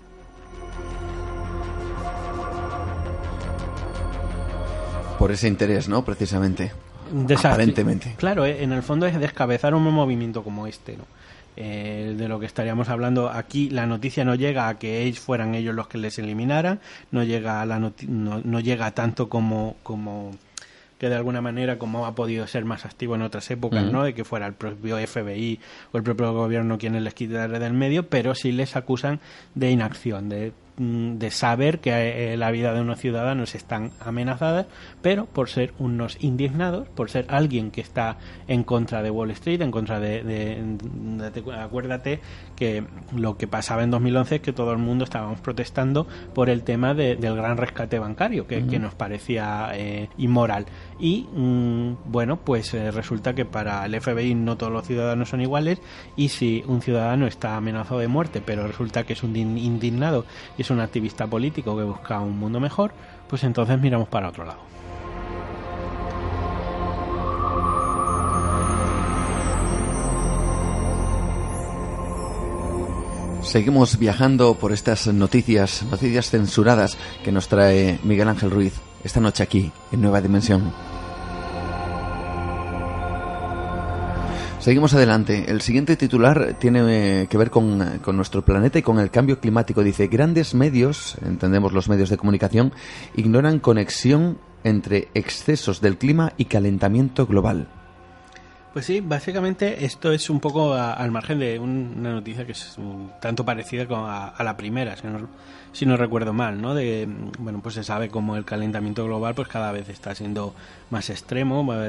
Por ese interés, ¿no? Precisamente. Desastre. Aparentemente. Claro, eh, en el fondo es descabezar un movimiento como este, ¿no? Eh, de lo que estaríamos hablando aquí, la noticia no llega a que ellos fueran ellos los que les eliminaran, no llega a la noti- no, no llega tanto como como que de alguna manera como ha podido ser más activo en otras épocas, uh-huh. ¿no? De que fuera el propio efe be i o el propio gobierno quienes les quitara del medio, pero sí les acusan de inacción, de de saber que eh, la vida de unos ciudadanos están amenazadas, pero por ser unos indignados, por ser alguien que está en contra de Wall Street, en contra de, de, de, de acuérdate que lo que pasaba en dos mil once es que todo el mundo estábamos protestando por el tema de, del gran rescate bancario, que, uh-huh. que nos parecía eh, inmoral. Y mmm, bueno, pues eh, resulta que para el efe be i no todos los ciudadanos son iguales, y si un ciudadano está amenazado de muerte, pero resulta que es un indignado y es un activista político que busca un mundo mejor, pues entonces miramos para otro lado. Seguimos viajando por estas noticias, noticias censuradas que nos trae Miguel Ángel Ruiz esta noche aquí, en Nueva Dimensión. Seguimos adelante. El siguiente titular tiene que ver con, con nuestro planeta y con el cambio climático. Dice, grandes medios, entendemos los medios de comunicación, ignoran conexión entre excesos del clima y calentamiento global. Pues sí, básicamente esto es un poco a, al margen de un, una noticia que es un tanto parecida con a, a la primera, si no, si no recuerdo mal, ¿no? De, bueno, pues se sabe cómo el calentamiento global pues cada vez está siendo más extremo, va,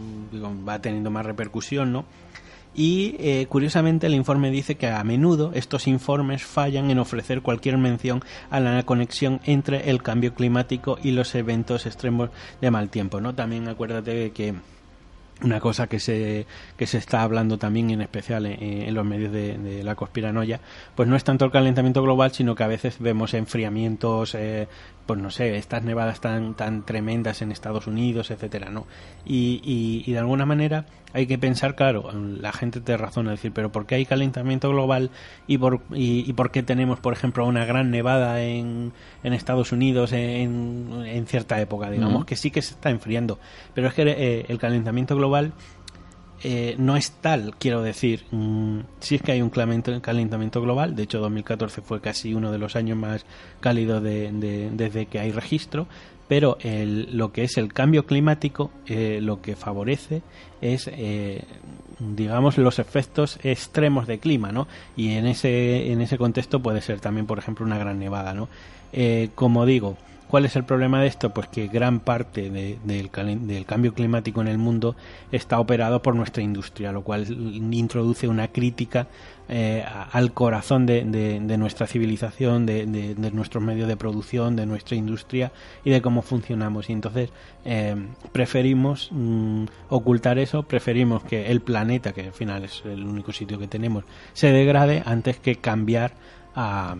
va teniendo más repercusión, ¿no? Y eh, curiosamente el informe dice que a menudo estos informes fallan en ofrecer cualquier mención a la conexión entre el cambio climático y los eventos extremos de mal tiempo, ¿no? También acuérdate de que una cosa que se que se está hablando también en especial en, en los medios de, de la conspiranoia, pues no es tanto el calentamiento global, sino que a veces vemos enfriamientos, eh, pues no sé, estas nevadas tan tan tremendas en Estados Unidos, etcétera, ¿no? Y, y, y de alguna manera hay que pensar, claro, la gente te razona decir, pero ¿por qué hay calentamiento global y por y, y por qué tenemos, por ejemplo, una gran nevada en, en Estados Unidos en, en cierta época? Digamos uh-huh. que sí que se está enfriando, pero es que eh, el calentamiento global eh, no es tal, quiero decir, mmm, sí es que hay un calentamiento global, de hecho dos mil catorce fue casi uno de los años más cálidos de, de, desde que hay registro, pero el, lo que es el cambio climático eh, lo que favorece es eh, digamos los efectos extremos de clima, ¿no? Y en ese en ese contexto puede ser también, por ejemplo, una gran nevada, ¿no? Eh, como digo, ¿cuál es el problema de esto? Pues que gran parte de, del, del cambio climático en el mundo está operado por nuestra industria, lo cual introduce una crítica eh, al corazón de, de, de nuestra civilización, de, de, de nuestros medios de producción, de nuestra industria y de cómo funcionamos. Y entonces eh, preferimos mm, ocultar eso, preferimos que el planeta, que al final es el único sitio que tenemos, se degrade antes que cambiar a...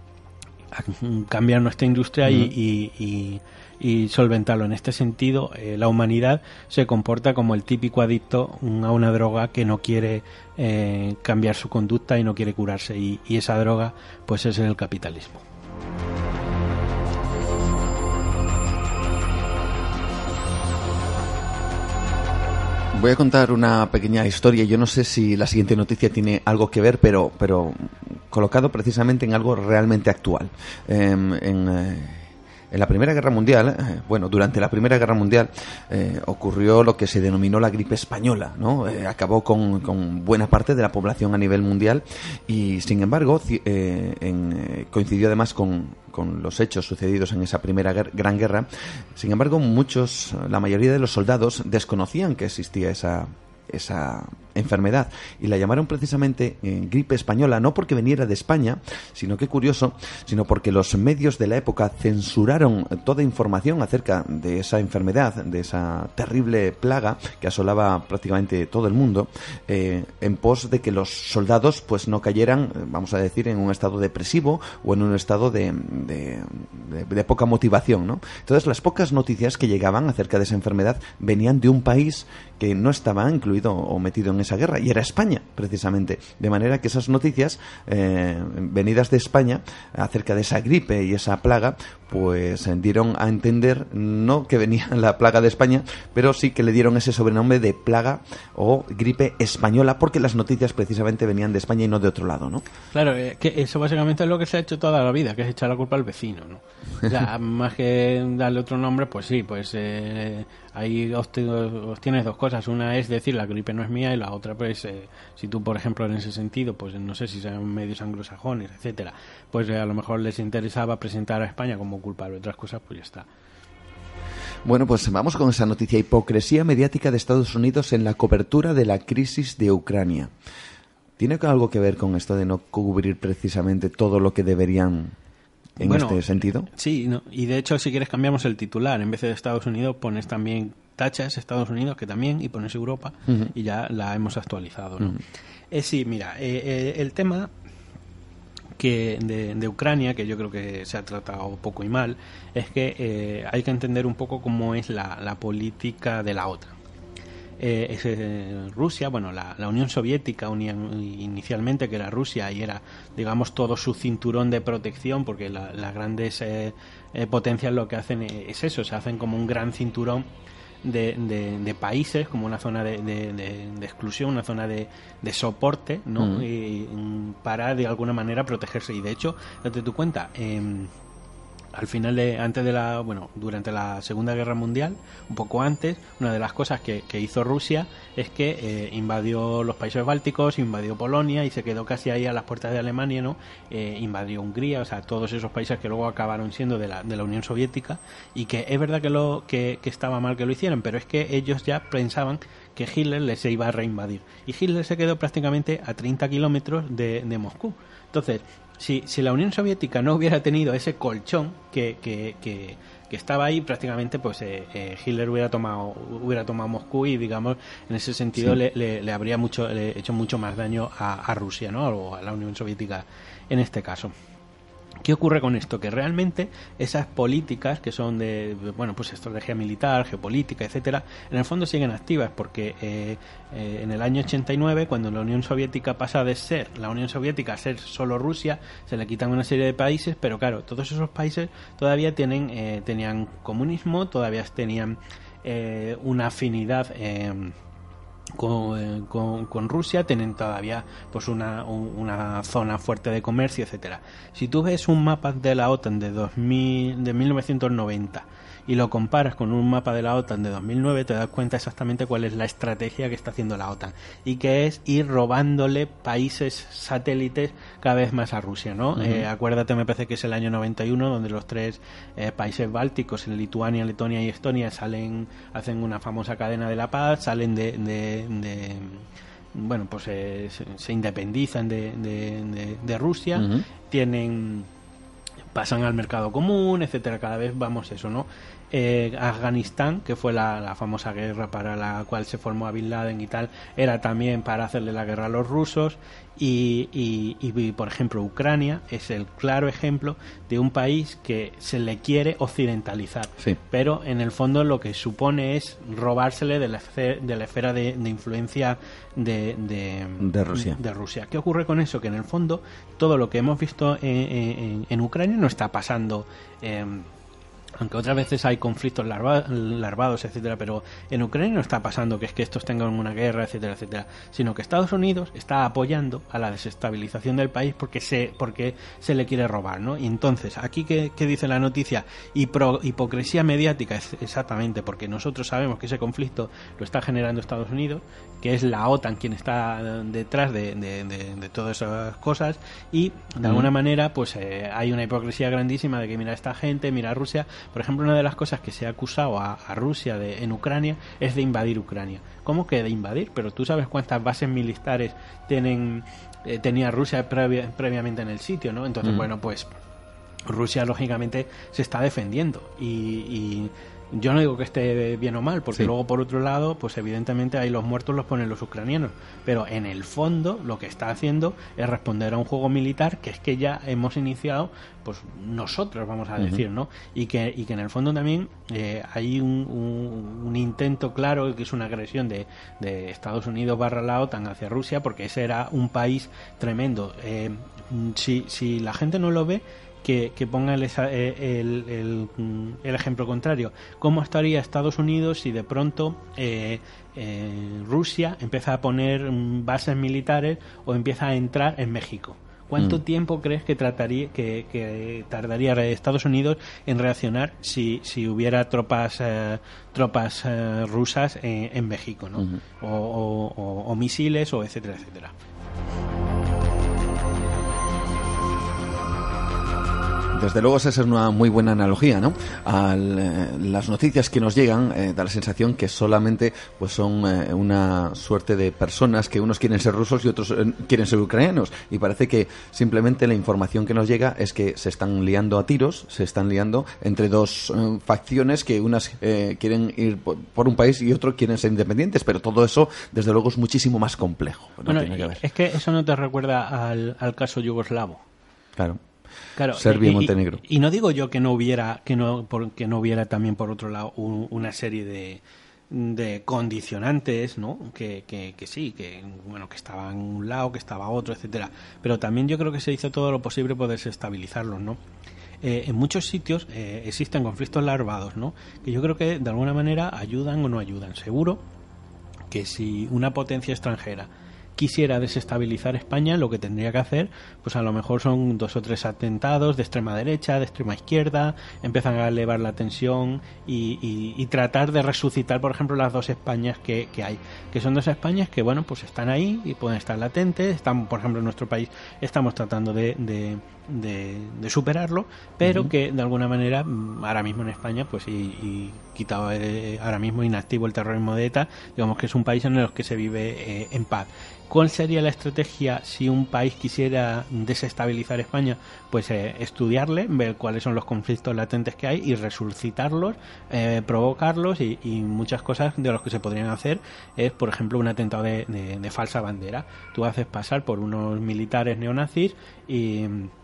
a cambiar nuestra industria uh-huh. y, y, y, y solventarlo. En este sentido, eh, la humanidad se comporta como el típico adicto a una droga que no quiere eh, cambiar su conducta y no quiere curarse, y, y esa droga pues es el capitalismo. Voy a contar una pequeña historia. Yo no sé si la siguiente noticia tiene algo que ver, pero, pero colocado precisamente en algo realmente actual. Eh, en, eh, en la Primera Guerra Mundial, eh, bueno, durante la Primera Guerra Mundial eh, ocurrió lo que se denominó la gripe española, ¿no? Eh, acabó con, con buena parte de la población a nivel mundial y, sin embargo, eh, en, eh, coincidió además con, con los hechos sucedidos en esa Primera guer- Gran Guerra. Sin embargo, muchos, la mayoría de los soldados desconocían que existía esa esa enfermedad, y la llamaron precisamente eh, gripe española, no porque viniera de España, sino que curioso, sino porque los medios de la época censuraron toda información acerca de esa enfermedad, de esa terrible plaga que asolaba prácticamente todo el mundo, eh, en pos de que los soldados pues no cayeran, vamos a decir, en un estado depresivo o en un estado de, de, de, de poca motivación, ¿no? Entonces las pocas noticias que llegaban acerca de esa enfermedad venían de un país que no estaba incluido o metido en esa guerra, y era España, precisamente. De manera que esas noticias eh, venidas de España acerca de esa gripe y esa plaga, pues dieron a entender no que venía la plaga de España, pero sí que le dieron ese sobrenombre de plaga o gripe española, porque las noticias precisamente venían de España y no de otro lado, ¿no? Claro, eh, que eso básicamente es lo que se ha hecho toda la vida, que es echar la culpa al vecino, ¿no? O sea, más que darle otro nombre, pues sí, pues eh, ahí obtienes dos cosas. Una es decir, la gripe no es mía, y la otra, pues, eh, si tú, por ejemplo, en ese sentido, pues no sé si sean medios anglosajones, etcétera, pues eh, a lo mejor les interesaba presentar a España como culpable de otras cosas, pues ya está. Bueno, pues vamos con esa noticia: hipocresía mediática de Estados Unidos en la cobertura de la crisis de Ucrania. ¿Tiene algo que ver con esto de no cubrir precisamente todo lo que deberían en bueno, este sentido? Sí, no, y de hecho, si quieres, cambiamos el titular. En vez de Estados Unidos pones también, tachas Estados Unidos, que también, y pones Europa, uh-huh. y ya la hemos actualizado, ¿no? Uh-huh. Eh, sí, mira, eh, eh, el tema que de, de Ucrania, que yo creo que se ha tratado poco y mal, es que eh, hay que entender un poco cómo es la, la política de la OTAN. Eh, es, eh, Rusia, bueno, la, la Unión Soviética unión, inicialmente, que era Rusia y era, digamos, todo su cinturón de protección, porque la, las grandes eh, eh, potencias lo que hacen es eso, se hacen como un gran cinturón de, de, de países, como una zona de, de, de, de exclusión, una zona de, de soporte, ¿no? Mm. Y, para de alguna manera protegerse. Y de hecho, date tu cuenta, eh, al final de, antes de la, bueno, durante la Segunda Guerra Mundial, un poco antes, una de las cosas que, que hizo Rusia es que eh, invadió los países bálticos, invadió Polonia y se quedó casi ahí a las puertas de Alemania, ¿no? Eh, invadió Hungría, o sea, todos esos países que luego acabaron siendo de la, de la Unión Soviética, y que es verdad que lo que, que estaba mal que lo hicieran, pero es que ellos ya pensaban que Hitler les iba a reinvadir, y Hitler se quedó prácticamente a treinta kilómetros de, de Moscú. Entonces, Si, si la Unión Soviética no hubiera tenido ese colchón que, que, que, que estaba ahí, prácticamente pues eh, eh, Hitler hubiera tomado hubiera tomado Moscú, y digamos en ese sentido sí. le, le, le habría mucho le hecho mucho más daño a, a Rusia, ¿no? O a la Unión Soviética en este caso. ¿Qué ocurre con esto? Que realmente esas políticas que son de, bueno, pues estrategia militar, geopolítica, etcétera, en el fondo siguen activas, porque eh, eh, en el año ochenta y nueve, cuando la Unión Soviética pasa de ser la Unión Soviética a ser solo Rusia, se le quitan una serie de países, pero claro, todos esos países todavía tienen eh, tenían comunismo, todavía tenían eh, una afinidad eh, Con, con, con Rusia, tienen todavía pues una, una zona fuerte de comercio, etcétera. Si tú ves un mapa de la OTAN de dos mil, de mil novecientos noventa y lo comparas con un mapa de la OTAN de dos mil nueve, te das cuenta exactamente cuál es la estrategia que está haciendo la OTAN, y que es ir robándole países satélites cada vez más a Rusia, ¿no? Uh-huh. Eh, acuérdate, me parece que es el año noventa y uno, donde los tres eh, países bálticos, en Lituania, Letonia y Estonia, salen, hacen una famosa cadena de la paz, salen de, de, de bueno, pues eh, se, se independizan de, de, de, de Rusia, uh-huh. tienen pasan al mercado común, etcétera, cada vez vamos eso, ¿no? Eh, Afganistán, que fue la, la famosa guerra para la cual se formó a Bin Laden y tal, era también para hacerle la guerra a los rusos, y, y, y por ejemplo Ucrania es el claro ejemplo de un país que se le quiere occidentalizar, sí. pero en el fondo lo que supone es robársele de la, de la esfera de, de influencia de, de, de, Rusia. de Rusia. ¿Qué ocurre con eso? Que en el fondo todo lo que hemos visto en, en, en Ucrania no está pasando, eh, aunque otras veces hay conflictos larva, larvados, etcétera, pero en Ucrania no está pasando que es que estos tengan una guerra, etcétera, etcétera, sino que Estados Unidos está apoyando a la desestabilización del país porque se porque se le quiere robar, ¿no? Y entonces, aquí ¿qué, qué dice la noticia? Hipro, hipocresía mediática, es exactamente, porque nosotros sabemos que ese conflicto lo está generando Estados Unidos, que es la OTAN quien está detrás de, de, de, de todas esas cosas, y de alguna manera pues eh, hay una hipocresía grandísima de que mira a esta gente, mira a Rusia, Por ejemplo, una de las cosas que se ha acusado a, a Rusia de, en Ucrania es de invadir Ucrania. ¿Cómo que de invadir? Pero tú sabes cuántas bases militares tienen, eh, tenía Rusia previa, previamente en el sitio, ¿no? Entonces, mm. bueno, pues Rusia lógicamente se está defendiendo y... y yo no digo que esté bien o mal, porque sí. luego por otro lado, pues evidentemente ahí los muertos los ponen los ucranianos, pero en el fondo lo que está haciendo es responder a un juego militar que es que ya hemos iniciado, pues nosotros vamos a decir, uh-huh. ¿no? Y que y que en el fondo también eh, hay un, un, un intento claro que es una agresión de, de Estados Unidos barra la OTAN hacia Rusia, porque ese era un país tremendo. Eh, si si la gente no lo ve, Que, que ponga el, el, el, el ejemplo contrario. ¿Cómo estaría Estados Unidos si de pronto eh, eh, Rusia empieza a poner bases militares o empieza a entrar en México? ¿Cuánto mm. tiempo crees que trataría que, que tardaría Estados Unidos en reaccionar si, si hubiera tropas eh, tropas eh, rusas en, en México, ¿no? Uh-huh. o, o, o, o misiles o etcétera, etcétera. Desde luego esa es una muy buena analogía, ¿no? A eh, las noticias que nos llegan eh, da la sensación que solamente pues son eh, una suerte de personas que unos quieren ser rusos y otros eh, quieren ser ucranianos, y parece que simplemente la información que nos llega es que se están liando a tiros, se están liando entre dos eh, facciones que unas eh, quieren ir por, por un país y otros quieren ser independientes, pero todo eso desde luego es muchísimo más complejo. No bueno, tiene que ver. Es que eso no te recuerda al, al caso yugoslavo. Claro. Claro, Serbia y, y Montenegro. Y, y no digo yo que no hubiera, que no, por, que no hubiera también por otro lado un, una serie de, de condicionantes, ¿no? Que, que, que sí, que bueno, que estaba en un lado, que estaba otro, etcétera. Pero también yo creo que se hizo todo lo posible por desestabilizarlos, ¿no? Eh, en muchos sitios eh, existen conflictos larvados, ¿no? Que yo creo que de alguna manera ayudan o no ayudan. Seguro que si una potencia extranjera quisiera desestabilizar España, lo que tendría que hacer, pues a lo mejor son dos o tres atentados de extrema derecha, de extrema izquierda, empiezan a elevar la tensión y, y, y tratar de resucitar, por ejemplo, las dos Españas que, que hay, que son dos Españas que, bueno, pues están ahí y pueden estar latentes, están, por ejemplo, en nuestro país estamos tratando de, de, de, de superarlo, pero uh-huh. que de alguna manera, ahora mismo en España, pues y, y quitado eh, ahora mismo inactivo el terrorismo de ETA, digamos que es un país en el que se vive eh, en paz. ¿Cuál sería la estrategia si un país quisiera desestabilizar España? Pues eh, estudiarle, ver cuáles son los conflictos latentes que hay y resucitarlos, eh, provocarlos y, y muchas cosas de los que se podrían hacer es, por ejemplo, un atentado de, de, de falsa bandera. Tú haces pasar por unos militares neonazis y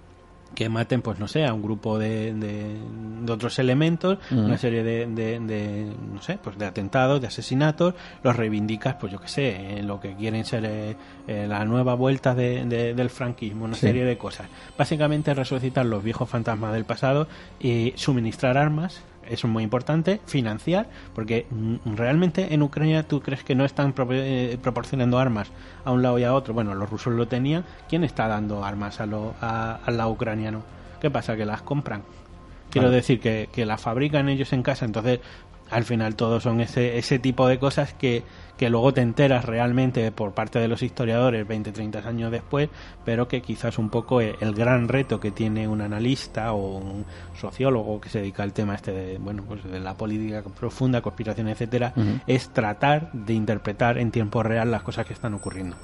que maten, pues no sé, a un grupo de, de, de otros elementos, uh-huh. una serie de, de, de, no sé, pues de atentados, de asesinatos, los reivindicas, pues yo qué sé, en lo que quieren ser eh, eh, la nueva vuelta de, de, del franquismo, una sí. serie de cosas. Básicamente resucitar los viejos fantasmas del pasado y suministrar armas. Eso es muy importante, financiar, porque realmente en Ucrania tú crees que no están pro- eh, proporcionando armas a un lado y a otro. Bueno, los rusos lo tenían. ¿Quién está dando armas a lo, a, al lado ucraniano? ¿Qué pasa? Que las compran. Quiero claro. decir que, que las fabrican ellos en casa. Entonces, al final todo son ese, ese tipo de cosas que, que luego te enteras realmente por parte de los historiadores veinte, treinta años después, pero que quizás un poco el, el gran reto que tiene un analista o un sociólogo que se dedica al tema este de, bueno, pues de la política profunda, conspiración, etcétera, uh-huh. es tratar de interpretar en tiempo real las cosas que están ocurriendo.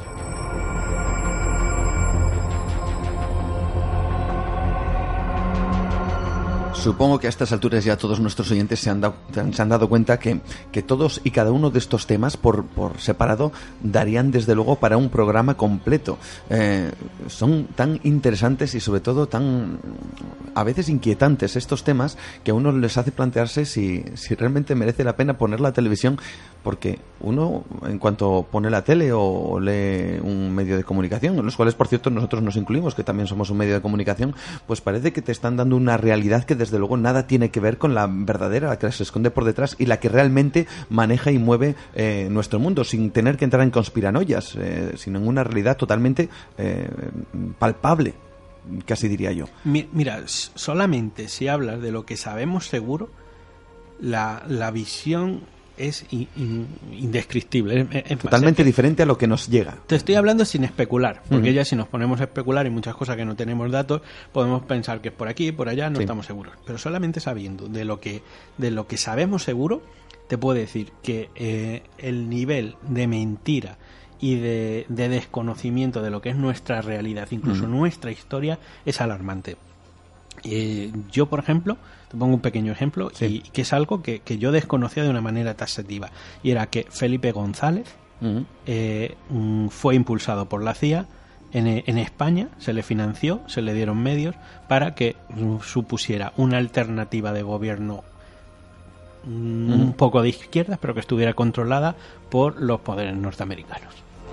Supongo que a estas alturas ya todos nuestros oyentes se han dado, se han dado cuenta que, que todos y cada uno de estos temas por, por separado darían desde luego para un programa completo. Eh, son tan interesantes y sobre todo tan a veces inquietantes estos temas que a uno les hace plantearse si, si realmente merece la pena poner la televisión, porque uno en cuanto pone la tele o lee un medio de comunicación, en los cuales por cierto nosotros nos incluimos, que también somos un medio de comunicación, pues parece que te están dando una realidad que desde luego nada tiene que ver con la verdadera, la que se esconde por detrás y la que realmente maneja y mueve eh, nuestro mundo, sin tener que entrar en conspiranoias, eh, sino en una realidad totalmente eh, palpable, casi diría yo. Mira, solamente si hablas de lo que sabemos seguro, la, la visión es in, in, indescriptible. Es, es Totalmente más, diferente a lo que nos llega. Te estoy hablando sin especular, porque uh-huh. ya si nos ponemos a especular y muchas cosas que no tenemos datos, podemos pensar que es por aquí y por allá, no sí. estamos seguros. Pero solamente sabiendo de lo que, de lo que sabemos seguro, te puedo decir que eh, el nivel de mentira y de, de desconocimiento de lo que es nuestra realidad, incluso uh-huh. nuestra historia, es alarmante. Eh, yo, por ejemplo, te pongo un pequeño ejemplo, sí. y que es algo que, que yo desconocía de una manera taxativa, y era que Felipe González uh-huh. eh, fue impulsado por la C I A. En, en España se le financió, se le dieron medios para que supusiera una alternativa de gobierno uh-huh. un poco de izquierdas, pero que estuviera controlada por los poderes norteamericanos.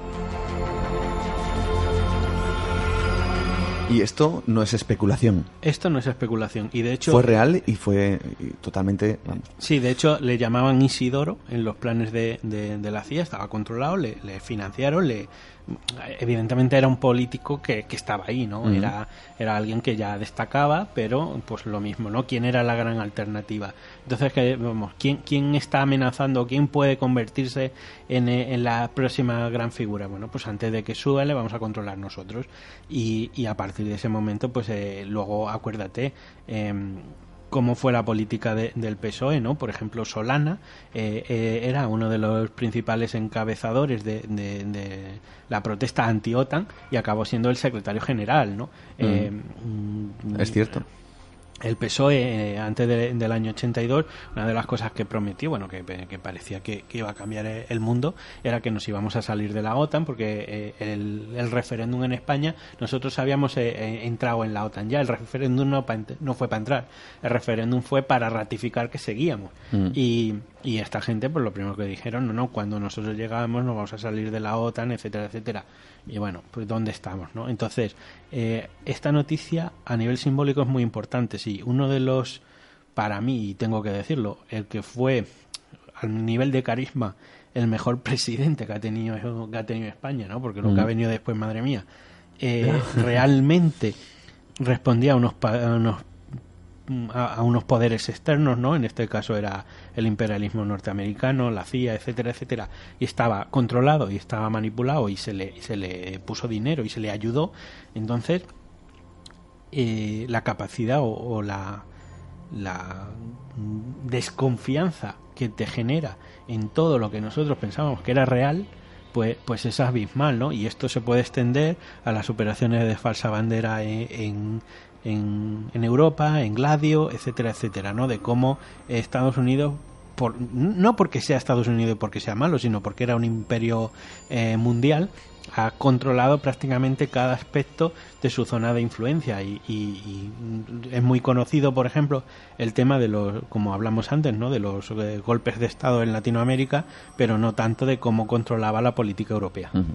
Y esto no es especulación. Esto no es especulación. Y de hecho fue real y fue totalmente... Vamos. Sí, de hecho le llamaban Isidoro en los planes de, de, de la C I A, estaba controlado, le, le financiaron, le evidentemente era un político que, que estaba ahí, ¿no? Uh-huh. Era, era alguien que ya destacaba, pero pues lo mismo, ¿no? ¿Quién era la gran alternativa? Entonces, que, vamos, ¿quién, quién está amenazando? ¿Quién puede convertirse en, en la próxima gran figura? Bueno, pues antes de que suba le vamos a controlar nosotros. Y, y a partir de ese momento, pues eh, luego acuérdate... Eh, cómo fue la política de, del P S O E, ¿no? Por ejemplo, Solana eh, eh, era uno de los principales encabezadores de, de, de la protesta anti-OTAN y acabó siendo el secretario general, ¿no? Mm. Eh, es cierto. El P S O E, eh, antes de, del año ochenta y dos, una de las cosas que prometió, bueno, que, que parecía que, que iba a cambiar el mundo, era que nos íbamos a salir de la OTAN, porque eh, el, el referéndum en España, nosotros habíamos eh, eh, entrado en la OTAN ya, el referéndum no, pa, no fue para entrar, el referéndum fue para ratificar que seguíamos. Mm. Y, y esta gente, pues lo primero que dijeron, no, no, cuando nosotros llegamos nos vamos a salir de la OTAN, etcétera, etcétera. Y bueno, pues ¿dónde estamos, no? Entonces, eh, esta noticia a nivel simbólico es muy importante. Sí, uno de los, para mí, y tengo que decirlo, el que fue al nivel de carisma el mejor presidente que ha tenido, que ha tenido España, ¿no? Porque lo mm. que ha venido después, madre mía, eh, realmente respondía a unos, a unos A, a unos poderes externos, ¿no? En este caso era el imperialismo norteamericano, la C I A, etcétera, etcétera, y estaba controlado y estaba manipulado y se le, y se le puso dinero y se le ayudó. Entonces, eh, la capacidad o, o la, la desconfianza que te genera en todo lo que nosotros pensábamos que era real, pues, pues es abismal, ¿no? Y esto se puede extender a las operaciones de falsa bandera en, en En, en Europa, en Gladio, etcétera, etcétera, ¿no? De cómo Estados Unidos, por, no porque sea Estados Unidos y porque sea malo, sino porque era un imperio eh, mundial, ha controlado prácticamente cada aspecto de su zona de influencia y, y, y es muy conocido, por ejemplo, el tema de los, como hablamos antes, ¿no? De los eh, golpes de Estado en Latinoamérica, pero no tanto de cómo controlaba la política europea. Uh-huh.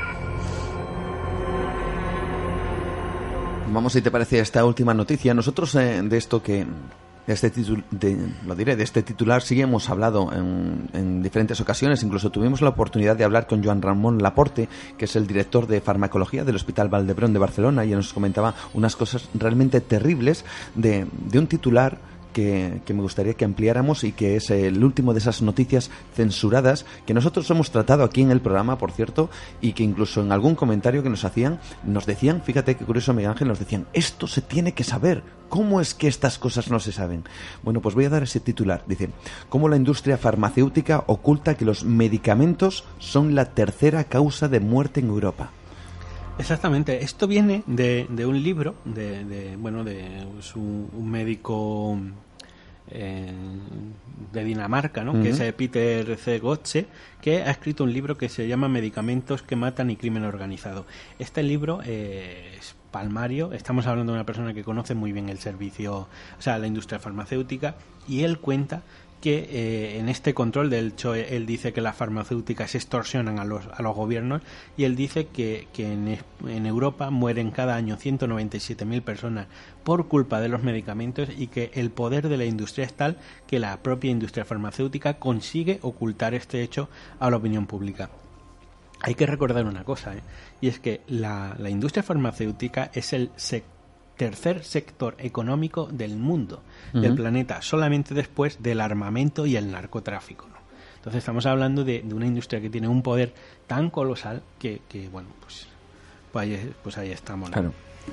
Vamos, si te parece, esta última noticia. Nosotros eh, de esto que... De este titul, de, lo diré, de este titular sí hemos hablado en, en diferentes ocasiones. Incluso tuvimos la oportunidad de hablar con Joan Ramón Laporte, que es el director de farmacología del Hospital Valdebrón de Barcelona, y nos comentaba unas cosas realmente terribles de, de un titular Que, que me gustaría que ampliáramos y que es el último de esas noticias censuradas que nosotros hemos tratado aquí en el programa, por cierto, y que incluso en algún comentario que nos hacían, nos decían, fíjate qué curioso, Miguel Ángel, nos decían, esto se tiene que saber, ¿cómo es que estas cosas no se saben? Bueno, pues voy a dar ese titular, dice, cómo la industria farmacéutica oculta que los medicamentos son la tercera causa de muerte en Europa. Exactamente, esto viene de, de un libro de, de bueno de su, un médico eh, de Dinamarca, ¿no? Uh-huh. Que es Peter C. Gotze, que ha escrito un libro que se llama Medicamentos que matan y crimen organizado. Este libro eh, es palmario, estamos hablando de una persona que conoce muy bien el servicio, o sea, la industria farmacéutica, y él cuenta que eh, en este control, de hecho él dice que las farmacéuticas extorsionan a los, a los gobiernos, y él dice que, que en, en Europa mueren cada año ciento noventa y siete mil personas por culpa de los medicamentos, y que el poder de la industria es tal que la propia industria farmacéutica consigue ocultar este hecho a la opinión pública. Hay que recordar una cosa, ¿eh? Y es que la, la industria farmacéutica es el sector tercer sector económico del mundo, uh-huh. del planeta, solamente después del armamento y el narcotráfico, ¿no? Entonces estamos hablando de, de una industria que tiene un poder tan colosal que, que bueno, pues, pues, ahí, pues ahí estamos, ¿no? Claro.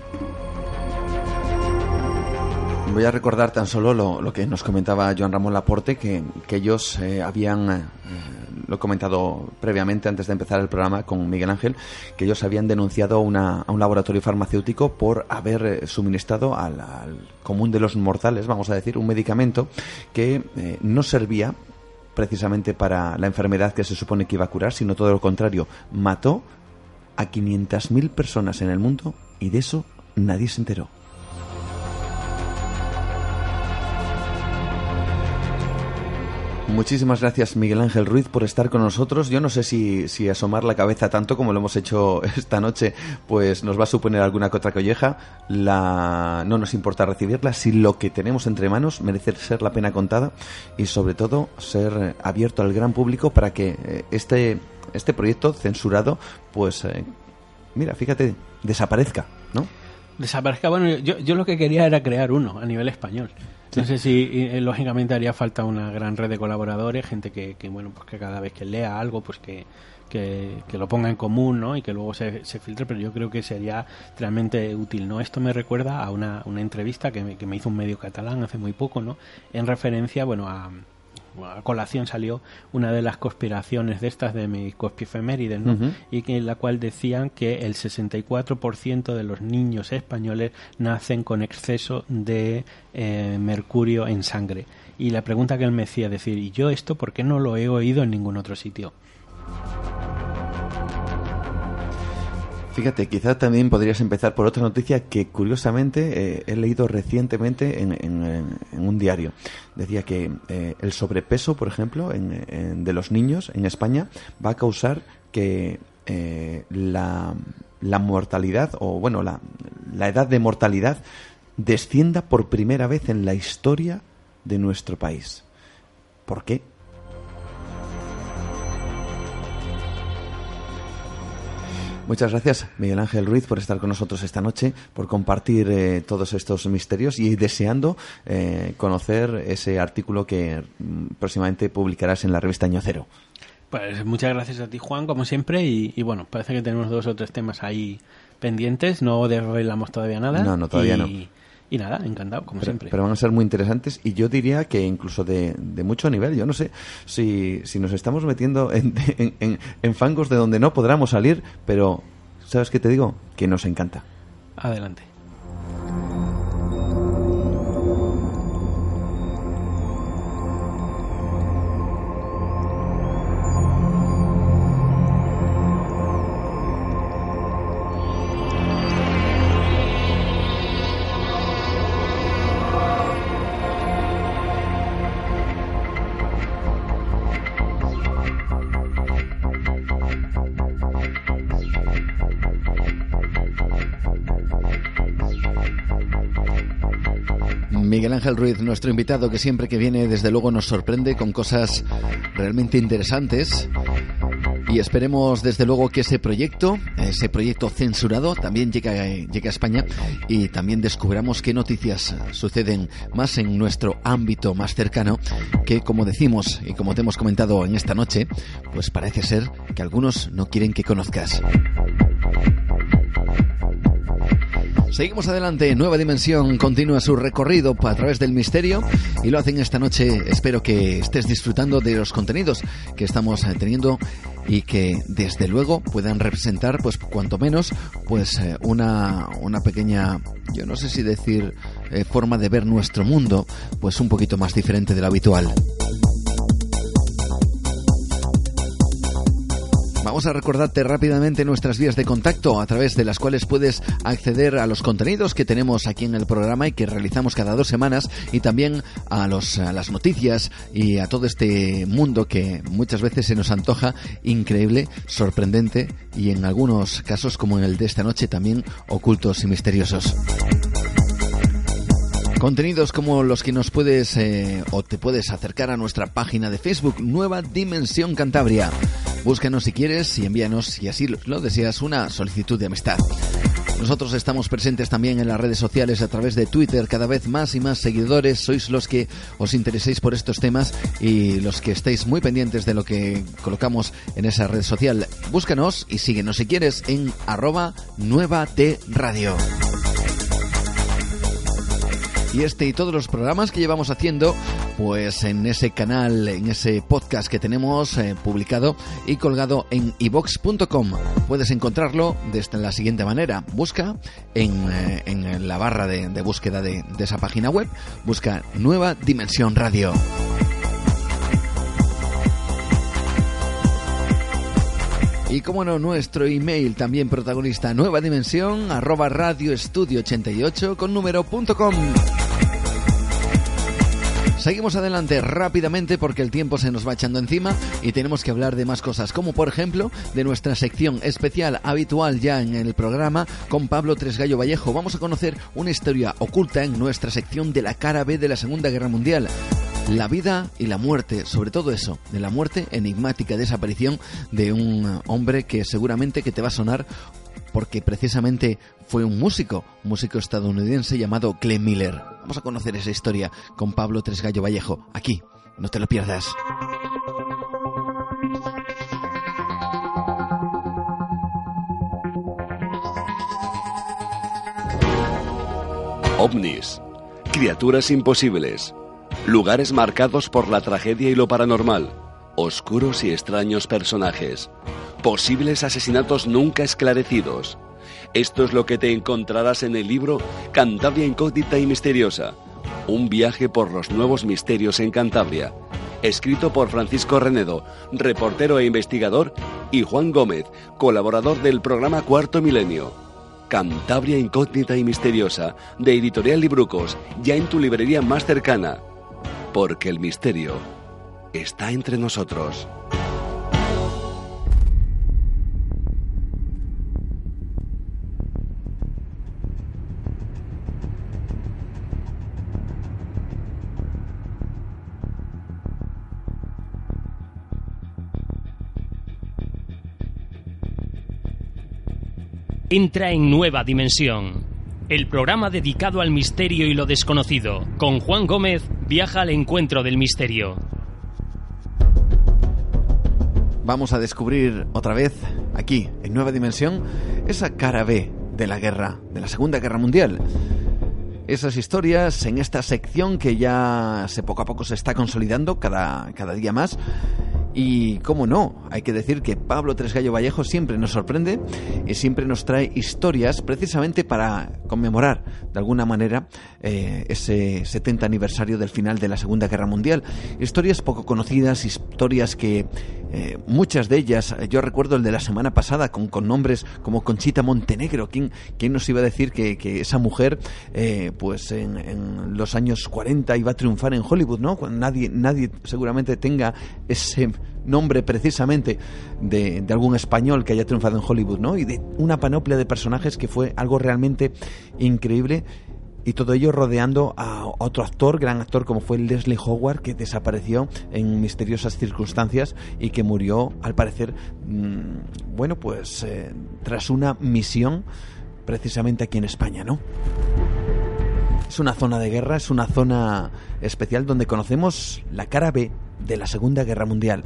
Voy a recordar tan solo lo, lo que nos comentaba Joan Ramón Laporte, que, que ellos eh, habían, eh, lo he comentado previamente antes de empezar el programa con Miguel Ángel, que ellos habían denunciado una, a un laboratorio farmacéutico por haber eh, suministrado al, al común de los mortales, vamos a decir, un medicamento que eh, no servía precisamente para la enfermedad que se supone que iba a curar, sino todo lo contrario, mató a quinientas mil personas en el mundo y de eso nadie se enteró. Muchísimas gracias, Miguel Ángel Ruiz, por estar con nosotros. Yo no sé si, si asomar la cabeza tanto como lo hemos hecho esta noche pues nos va a suponer alguna que otra colleja. La... No nos importa recibirla si lo que tenemos entre manos merece ser la pena contada y sobre todo ser abierto al gran público para que este, este proyecto censurado pues eh, mira, fíjate, desaparezca, ¿no? Desaparezca, bueno, yo, yo lo que quería era crear uno a nivel español. No sé si, eh, lógicamente, haría falta una gran red de colaboradores, gente que, que bueno, pues que cada vez que lea algo, pues que, que, que lo ponga en común, ¿no? Y que luego se, se filtre, pero yo creo que sería realmente útil, ¿no? Esto me recuerda a una, una entrevista que me, que me hizo un medio catalán hace muy poco, ¿no? En referencia, bueno, a... a colación salió una de las conspiraciones de estas de mi cospifemérides, ¿no? Uh-huh. Y que en la cual decían que el sesenta y cuatro por ciento de los niños españoles nacen con exceso de eh, mercurio en sangre. Y la pregunta que él me hacía, decir, ¿y yo esto por qué no lo he oído en ningún otro sitio? Fíjate, quizá también podrías empezar por otra noticia que curiosamente eh, he leído recientemente en, en, en un diario. Decía que eh, el sobrepeso, por ejemplo, en, en, de los niños en España va a causar que eh, la, la mortalidad, o bueno, la, la edad de mortalidad descienda por primera vez en la historia de nuestro país. ¿Por qué? Muchas gracias, Miguel Ángel Ruiz, por estar con nosotros esta noche, por compartir eh, todos estos misterios y deseando eh, conocer ese artículo que mm, próximamente publicarás en la revista Año Cero. Pues muchas gracias a ti, Juan, como siempre, y, y bueno, parece que tenemos dos o tres temas ahí pendientes, no desvelamos todavía nada. No, no, todavía y... no. Y nada, encantado, como pero, siempre. Pero van a ser muy interesantes y yo diría que incluso de, de mucho nivel. Yo no sé si, si nos estamos metiendo en, en, en, en fangos de donde no podamos salir, pero ¿sabes qué te digo? Que nos encanta. Adelante. Miguel Ángel Ruiz, nuestro invitado, que siempre que viene, desde luego, nos sorprende con cosas realmente interesantes. Y esperemos, desde luego, que ese proyecto, ese proyecto censurado, también llegue, llegue a España y también descubramos qué noticias suceden más en nuestro ámbito más cercano, que, como decimos y como te hemos comentado en esta noche, pues parece ser que algunos no quieren que conozcas. Seguimos adelante, Nueva Dimensión continúa su recorrido a través del misterio y lo hacen esta noche. Espero que estés disfrutando de los contenidos que estamos teniendo y que desde luego puedan representar, pues cuanto menos, pues una, una pequeña, yo no sé si decir, eh, forma de ver nuestro mundo, pues un poquito más diferente de lo habitual. Vamos a recordarte rápidamente nuestras vías de contacto a través de las cuales puedes acceder a los contenidos que tenemos aquí en el programa y que realizamos cada dos semanas y también a, los, a las noticias y a todo este mundo que muchas veces se nos antoja increíble, sorprendente y en algunos casos, como en el de esta noche, también ocultos y misteriosos. Contenidos como los que nos puedes eh, o te puedes acercar a nuestra página de Facebook, Nueva Dimensión Cantabria. Búscanos si quieres y envíanos, si así lo deseas, una solicitud de amistad. Nosotros estamos presentes también en las redes sociales a través de Twitter, cada vez más y más seguidores. Sois los que os intereséis por estos temas y los que estáis muy pendientes de lo que colocamos en esa red social. Búscanos y síguenos si quieres en arroba nueva T Radio. Y este y todos los programas que llevamos haciendo, pues en ese canal, en ese podcast que tenemos eh, publicado y colgado en i vox punto com. Puedes encontrarlo de esta, la siguiente manera. Busca en, eh, en la barra de, de búsqueda de, de esa página web, busca Nueva Dimensión Radio. Y como no, nuestro email también protagonista, nueva dimensión arroba radioestudio ochenta y ocho con número punto com. Seguimos adelante rápidamente porque el tiempo se nos va echando encima y tenemos que hablar de más cosas, como por ejemplo de nuestra sección especial habitual ya en el programa con Pablo Tresgallo Vallejo. Vamos a conocer una historia oculta en nuestra sección de la cara B de la Segunda Guerra Mundial. La vida y la muerte, sobre todo eso, de la muerte enigmática, desaparición de un hombre que seguramente que te va a sonar porque precisamente fue un músico, un músico estadounidense llamado Glenn Miller. Vamos a conocer esa historia con Pablo Tresgallo Vallejo, aquí, no te lo pierdas. OVNIs, criaturas imposibles, lugares marcados por la tragedia y lo paranormal, oscuros y extraños personajes, posibles asesinatos nunca esclarecidos. Esto es lo que te encontrarás en el libro Cantabria Incógnita y Misteriosa, un viaje por los nuevos misterios en Cantabria, escrito por Francisco Renedo, reportero e investigador, y Juan Gómez, colaborador del programa Cuarto Milenio. Cantabria Incógnita y Misteriosa, de Editorial Librucos, ya en tu librería más cercana, porque el misterio está entre nosotros. Entra en Nueva Dimensión, el programa dedicado al misterio y lo desconocido. Con Juan Gómez viaja al encuentro del misterio. Vamos a descubrir otra vez, aquí, en Nueva Dimensión, esa cara B de la guerra, de la Segunda Guerra Mundial. Esas historias en esta sección que ya se poco a poco se está consolidando cada, cada día más. Y cómo no, hay que decir que Pablo Tresgallo Vallejo siempre nos sorprende y siempre nos trae historias precisamente para conmemorar de alguna manera eh, ese setenta aniversario del final de la Segunda Guerra Mundial. Historias poco conocidas, historias que eh, muchas de ellas, yo recuerdo el de la semana pasada con, con nombres como Conchita Montenegro. ¿Quién, quién nos iba a decir que, que esa mujer eh, pues en, en los años cuarenta iba a triunfar en Hollywood, ¿no? Cuando nadie, nadie seguramente tenga ese nombre precisamente de, de algún español que haya triunfado en Hollywood, ¿no? Y de una panoplia de personajes que fue algo realmente increíble, y todo ello rodeando a otro actor, gran actor como fue Leslie Howard, que desapareció en misteriosas circunstancias y que murió, al parecer, mmm, bueno, pues eh, tras una misión precisamente aquí en España, ¿no? Es una zona de guerra, es una zona especial donde conocemos la cara B de la Segunda Guerra Mundial.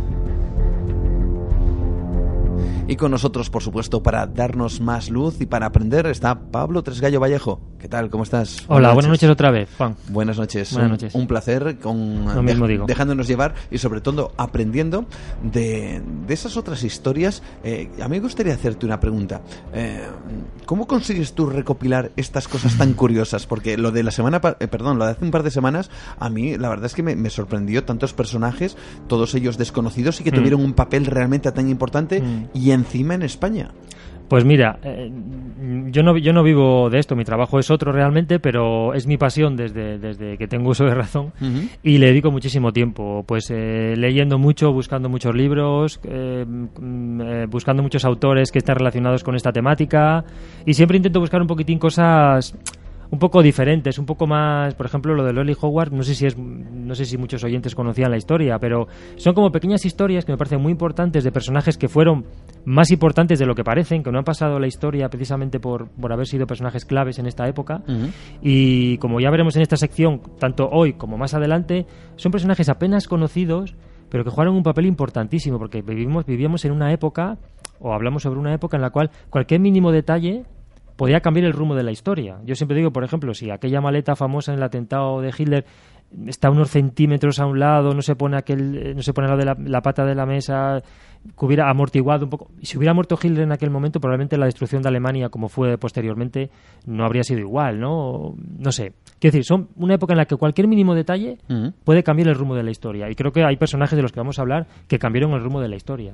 Y con nosotros, por supuesto, para darnos más luz y para aprender, está Pablo Tresgallo Vallejo. ¿Qué tal? ¿Cómo estás? Hola, buenas noches, buenas noches otra vez, Juan. Buenas noches. Buenas noches. Un, un placer con Lo mismo de, digo. dejándonos llevar y sobre todo aprendiendo de, de esas otras historias. Eh, a mí me gustaría hacerte una pregunta. Eh, ¿Cómo consigues tú recopilar estas cosas tan curiosas? Porque lo de la semana, eh, perdón, lo de hace un par de semanas, a mí la verdad es que me, me sorprendió tantos personajes, todos ellos desconocidos y que mm. tuvieron un papel realmente tan importante mm. y encima en España. Pues mira, eh, yo no yo no vivo de esto, mi trabajo es otro realmente, pero es mi pasión desde, desde que tengo uso de razón, uh-huh. y le dedico muchísimo tiempo, pues eh, leyendo mucho, buscando muchos libros, eh, eh, buscando muchos autores que están relacionados con esta temática, y siempre intento buscar un poquitín cosas un poco diferentes, un poco más, por ejemplo, lo de Lolly Howard, no sé si es, no sé si muchos oyentes conocían la historia, pero son como pequeñas historias que me parecen muy importantes de personajes que fueron más importantes de lo que parecen, que no han pasado la historia precisamente por, por haber sido personajes claves en esta época. Uh-huh. Y como ya veremos en esta sección, tanto hoy como más adelante, son personajes apenas conocidos, pero que jugaron un papel importantísimo, porque vivimos, vivíamos en una época, o hablamos sobre una época en la cual cualquier mínimo detalle podía cambiar el rumbo de la historia. Yo siempre digo, por ejemplo, si aquella maleta famosa en el atentado de Hitler está unos centímetros a un lado, no se pone aquel, no se pone al lado de la, la pata de la mesa, que hubiera amortiguado un poco. Si hubiera muerto Hitler en aquel momento, probablemente la destrucción de Alemania, como fue posteriormente, no habría sido igual, ¿no? No sé. Quiero decir, son una época en la que cualquier mínimo detalle uh-huh. puede cambiar el rumbo de la historia. Y creo que hay personajes de los que vamos a hablar que cambiaron el rumbo de la historia.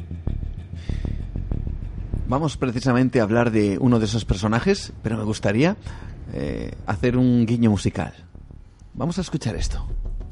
Vamos precisamente a hablar de uno de esos personajes, pero me gustaría eh, hacer un guiño musical. Vamos a escuchar esto.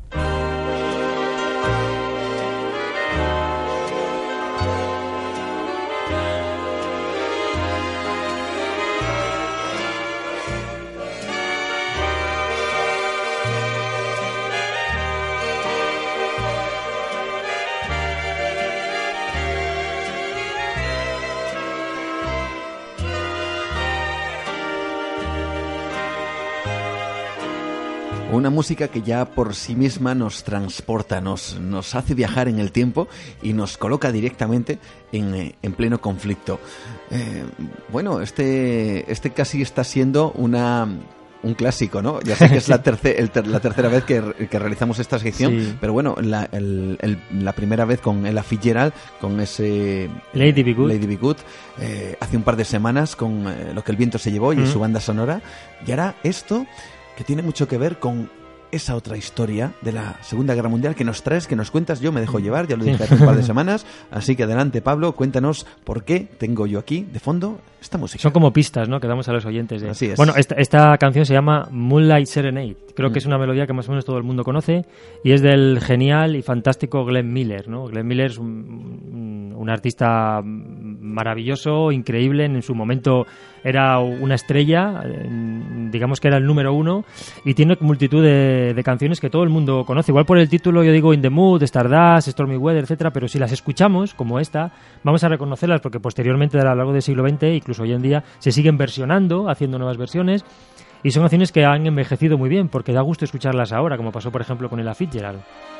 Una música que ya por sí misma nos transporta, nos, nos hace viajar en el tiempo y nos coloca directamente en, en pleno conflicto. Eh, bueno, este, este casi está siendo una... un clásico, ¿no? Ya sé que es la, terce- el ter- la tercera vez que, que realizamos esta sección, sí. Pero bueno, la, el, el, la primera vez con Ella Fitzgerald, con ese... Lady Be Good. Lady Be Good, eh, hace un par de semanas con eh, Lo que el viento se llevó y mm. su banda sonora. Y ahora esto, que tiene mucho que ver con esa otra historia de la Segunda Guerra Mundial que nos traes, que nos cuentas. Yo me dejo llevar, ya lo dije hace un par de semanas, así que adelante, Pablo, cuéntanos por qué tengo yo aquí de fondo esta música. Son como pistas, ¿no?, que damos a los oyentes. De... Así es. Bueno, esta, esta canción se llama Moonlight Serenade. Creo mm. que es una melodía que más o menos todo el mundo conoce y es del genial y fantástico Glenn Miller, ¿no? Glenn Miller es un, un artista maravilloso, increíble. En su momento era una estrella, digamos que era el número uno, y tiene multitud de, de canciones que todo el mundo conoce. Igual por el título yo digo In the Mood, Stardust, Stormy Weather, etcétera, pero si las escuchamos, como esta, vamos a reconocerlas porque posteriormente a lo largo del siglo veinte, incluso hoy en día, se siguen versionando, haciendo nuevas versiones, y son canciones que han envejecido muy bien porque da gusto escucharlas ahora, como pasó por ejemplo con Ella Fitzgerald.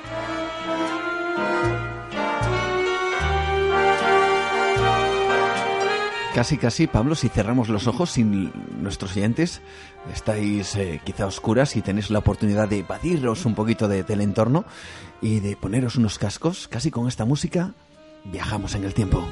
Casi, casi, Pablo, si cerramos los ojos, sin nuestros oyentes, estáis eh, quizá oscuras y tenéis la oportunidad de evadiros un poquito de, del entorno y de poneros unos cascos, casi con esta música, viajamos en el tiempo.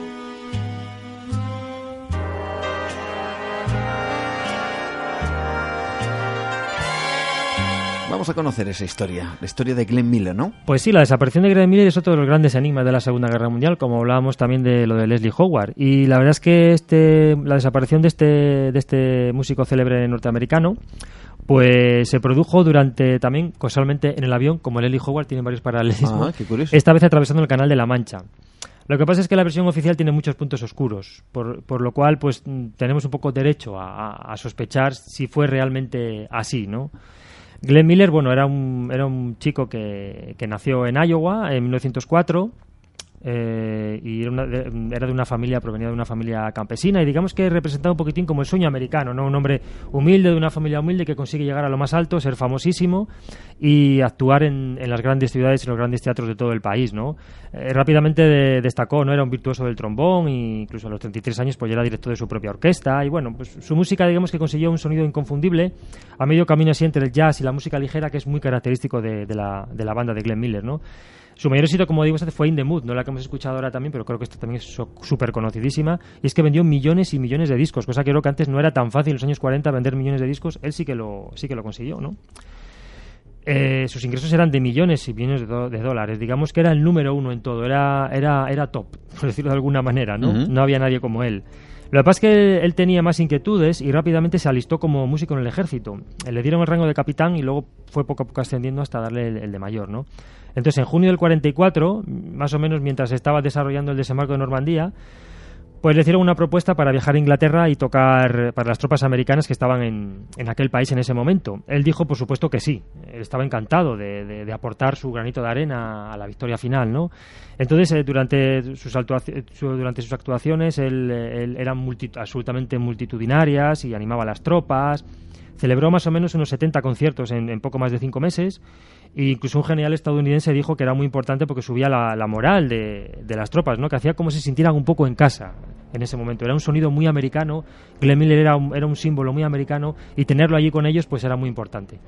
Vamos a conocer esa historia, la historia de Glenn Miller, ¿no? Pues sí, la desaparición de Glenn Miller es otro de los grandes enigmas de la Segunda Guerra Mundial, como hablábamos también de lo de Leslie Howard. Y la verdad es que este, la desaparición de este, de este músico célebre norteamericano, pues se produjo durante también, casualmente, en el avión, como Leslie Howard tiene varios paralelismos, ah, qué curioso. Esta vez atravesando el Canal de la Mancha. Lo que pasa es que la versión oficial tiene muchos puntos oscuros, por, por lo cual pues tenemos un poco derecho a, a, a sospechar si fue realmente así, ¿no? Glenn Miller, bueno, era un, era un chico que, que nació en Iowa en mil novecientos cuatro eh, y era, una, de, era de una familia, provenía de una familia campesina y digamos que representaba un poquitín como el sueño americano, ¿no? Un hombre humilde, de una familia humilde que consigue llegar a lo más alto, ser famosísimo y actuar en, en las grandes ciudades y en los grandes teatros de todo el país, ¿no? Eh, rápidamente de, destacó, ¿no? Era un virtuoso del trombón e incluso a los treinta y tres años pues ya era director de su propia orquesta y bueno, pues su música digamos que consiguió un sonido inconfundible a medio camino así entre el jazz y la música ligera que es muy característico de, de, la, de la banda de Glenn Miller, ¿no? Su mayor éxito, como digo, fue In the Mood, no la que hemos escuchado ahora también, pero creo que esta también es súper conocidísima. Y es que vendió millones y millones de discos, cosa que creo que antes no era tan fácil en los años cuarenta vender millones de discos. Él sí que lo, sí que lo consiguió, ¿no? Eh, sus ingresos eran de millones y millones de, do- de dólares. Digamos que era el número uno en todo, era, era, era top, por decirlo de alguna manera, ¿no? Uh-huh. No había nadie como él. Lo que pasa es que él tenía más inquietudes y rápidamente se alistó como músico en el ejército. Le dieron el rango de capitán y luego fue poco a poco ascendiendo hasta darle el, el de mayor, ¿no? Entonces, en junio del cuarenta y cuatro, más o menos mientras estaba desarrollando el desembarco de Normandía, Pues le hicieron una propuesta para viajar a Inglaterra y tocar para las tropas americanas que estaban en, en aquel país en ese momento. Él dijo, por supuesto, que sí. Él estaba encantado de, de, de aportar su granito de arena a la victoria final, ¿no? Entonces, eh, durante, sus su, durante sus actuaciones, él, él eran multi, absolutamente multitudinarias y animaba a las tropas. Celebró más o menos unos setenta conciertos en, en poco más de cinco meses. E incluso un general estadounidense dijo que era muy importante porque subía la, la moral de, de las tropas, ¿no? Que hacía como si se sintieran un poco en casa en ese momento. Era un sonido muy americano, Glenn Miller era un, era un símbolo muy americano y tenerlo allí con ellos pues era muy importante.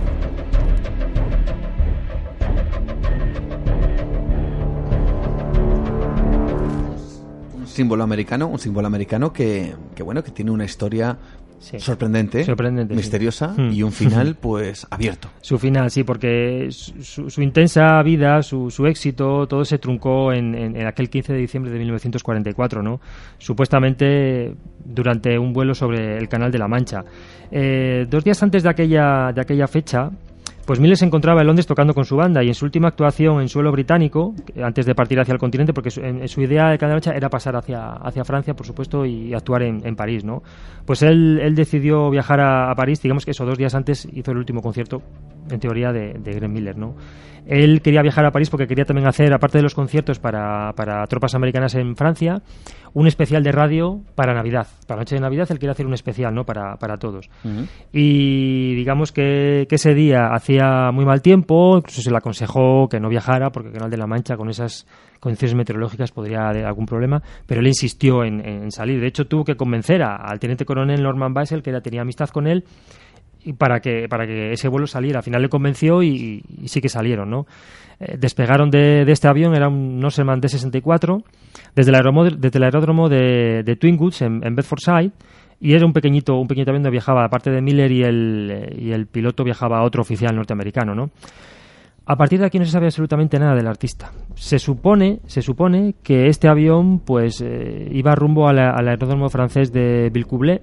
Un símbolo americano, un símbolo americano que, que bueno, que tiene una historia... Sí. Sorprendente, Sorprendente, misteriosa, sí. Y un final, pues, abierto. Su final, sí, porque su, su intensa vida, su, su éxito, todo se truncó en, en, en aquel quince de diciembre de mil novecientos cuarenta y cuatro, ¿no? Supuestamente durante un vuelo sobre el Canal de la Mancha. Eh, dos días antes de aquella, de aquella fecha, pues Miller se encontraba en Londres tocando con su banda y en su última actuación en suelo británico, antes de partir hacia el continente, porque su, en, su idea de Canal de la Mancha era pasar hacia, hacia Francia, por supuesto, y actuar en, en París, ¿no? Pues él, él decidió viajar a, a París, digamos que eso, dos días antes hizo el último concierto, en teoría, de, de Glenn Miller, ¿no? Él quería viajar a París porque quería también hacer, aparte de los conciertos para, para tropas americanas en Francia, un especial de radio para Navidad. Para la noche de Navidad él quería hacer un especial, ¿no? Para, para todos. Uh-huh. Y digamos que, que ese día hacía muy mal tiempo, incluso se le aconsejó que no viajara porque el Canal de la Mancha con esas condiciones meteorológicas podría haber algún problema, pero él insistió en, en salir. De hecho, tuvo que convencer a, al teniente coronel Norman Bassel, que era, tenía amistad con él, y para que para que ese vuelo saliera. Al final le convenció y, y sí que salieron, ¿no? Eh, despegaron de, de este avión, era un Norseman D sesenta y cuatro, desde el aeródromo, desde el aeródromo de, de Twin Woods en, en Bedfordshire, y era un pequeñito un pequeñito avión donde viajaba, aparte de Miller y el, y el piloto, viajaba otro oficial norteamericano, ¿no? A partir de aquí no se sabe absolutamente nada del artista. Se supone se supone que este avión pues eh, iba rumbo a la, al aeródromo francés de Villecoublay,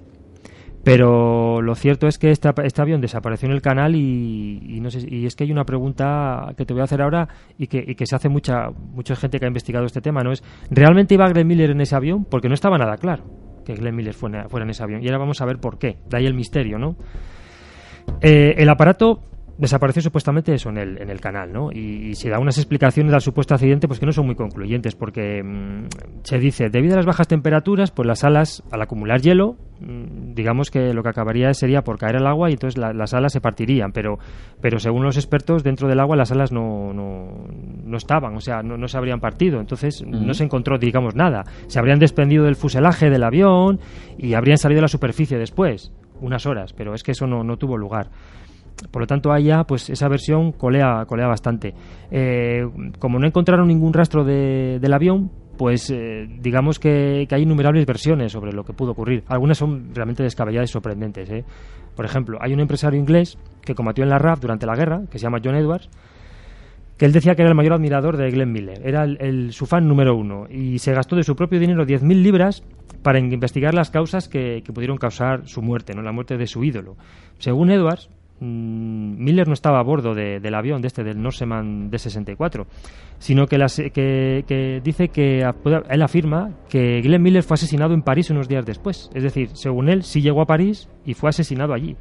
pero lo cierto es que este, este avión desapareció en el canal y, y no sé y es que hay una pregunta que te voy a hacer ahora y que, y que se hace mucha mucha gente que ha investigado este tema, ¿no? Es, ¿realmente iba Glenn Miller en ese avión? Porque no estaba nada claro que Glenn Miller fuera, fuera en ese avión, y ahora vamos a ver por qué. De ahí el misterio, ¿no? Eh, el aparato desapareció supuestamente eso en el, en el canal, ¿no? Y, y se da unas explicaciones del supuesto accidente pues que no son muy concluyentes, porque mmm, se dice, debido a las bajas temperaturas, pues las alas, al acumular hielo, mmm, digamos que lo que acabaría sería por caer al agua y entonces la, las alas se partirían, pero pero según los expertos, dentro del agua las alas no, no, no estaban, o sea, no, no se habrían partido, entonces uh-huh. no se encontró, digamos, nada. Se habrían desprendido del fuselaje del avión y habrían salido a la superficie después, unas horas, pero es que eso no, no tuvo lugar. Por lo tanto, allá, pues esa versión colea, colea bastante. Eh, como no encontraron ningún rastro de, del avión, pues eh, digamos que, que hay innumerables versiones sobre lo que pudo ocurrir. Algunas son realmente descabelladas y sorprendentes, ¿eh? Por ejemplo, hay un empresario inglés que combatió en la R A F durante la guerra, que se llama John Edwards, que él decía que era el mayor admirador de Glenn Miller, era el, el, su fan número uno, y se gastó de su propio dinero diez mil libras para investigar las causas que, que pudieron causar su muerte, ¿no? La muerte de su ídolo. Según Edwards, Miller no estaba a bordo de, del avión de este del Norseman D sesenta y cuatro, sino que, las, que, que dice que él afirma que Glenn Miller fue asesinado en París unos días después. Es decir, según él, sí llegó a París y fue asesinado allí.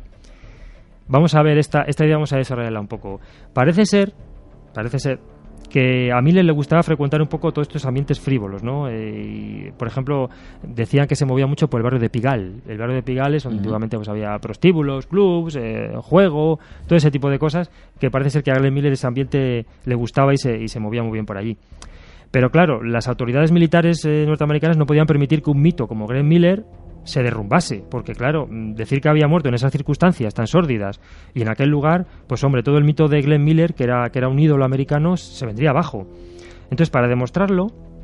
Vamos a ver esta, esta idea, vamos a desarrollarla un poco. Parece ser, parece ser que a Miller le gustaba frecuentar un poco todos estos ambientes frívolos, ¿no? Eh, y, por ejemplo, decían que se movía mucho por el barrio de Pigalle. El barrio de Pigalle es donde uh-huh. antiguamente pues, había prostíbulos, clubs, eh, juego, todo ese tipo de cosas, que parece ser que a Glenn Miller ese ambiente le gustaba y se, y se movía muy bien por allí. Pero claro, las autoridades militares eh, norteamericanas no podían permitir que un mito como Glenn Miller se derrumbase, porque claro, decir que había muerto en esas circunstancias tan sórdidas y en aquel lugar, pues hombre, todo el mito de Glenn Miller, que era, que era un ídolo americano, se vendría abajo. Entonces, para demostrarlo,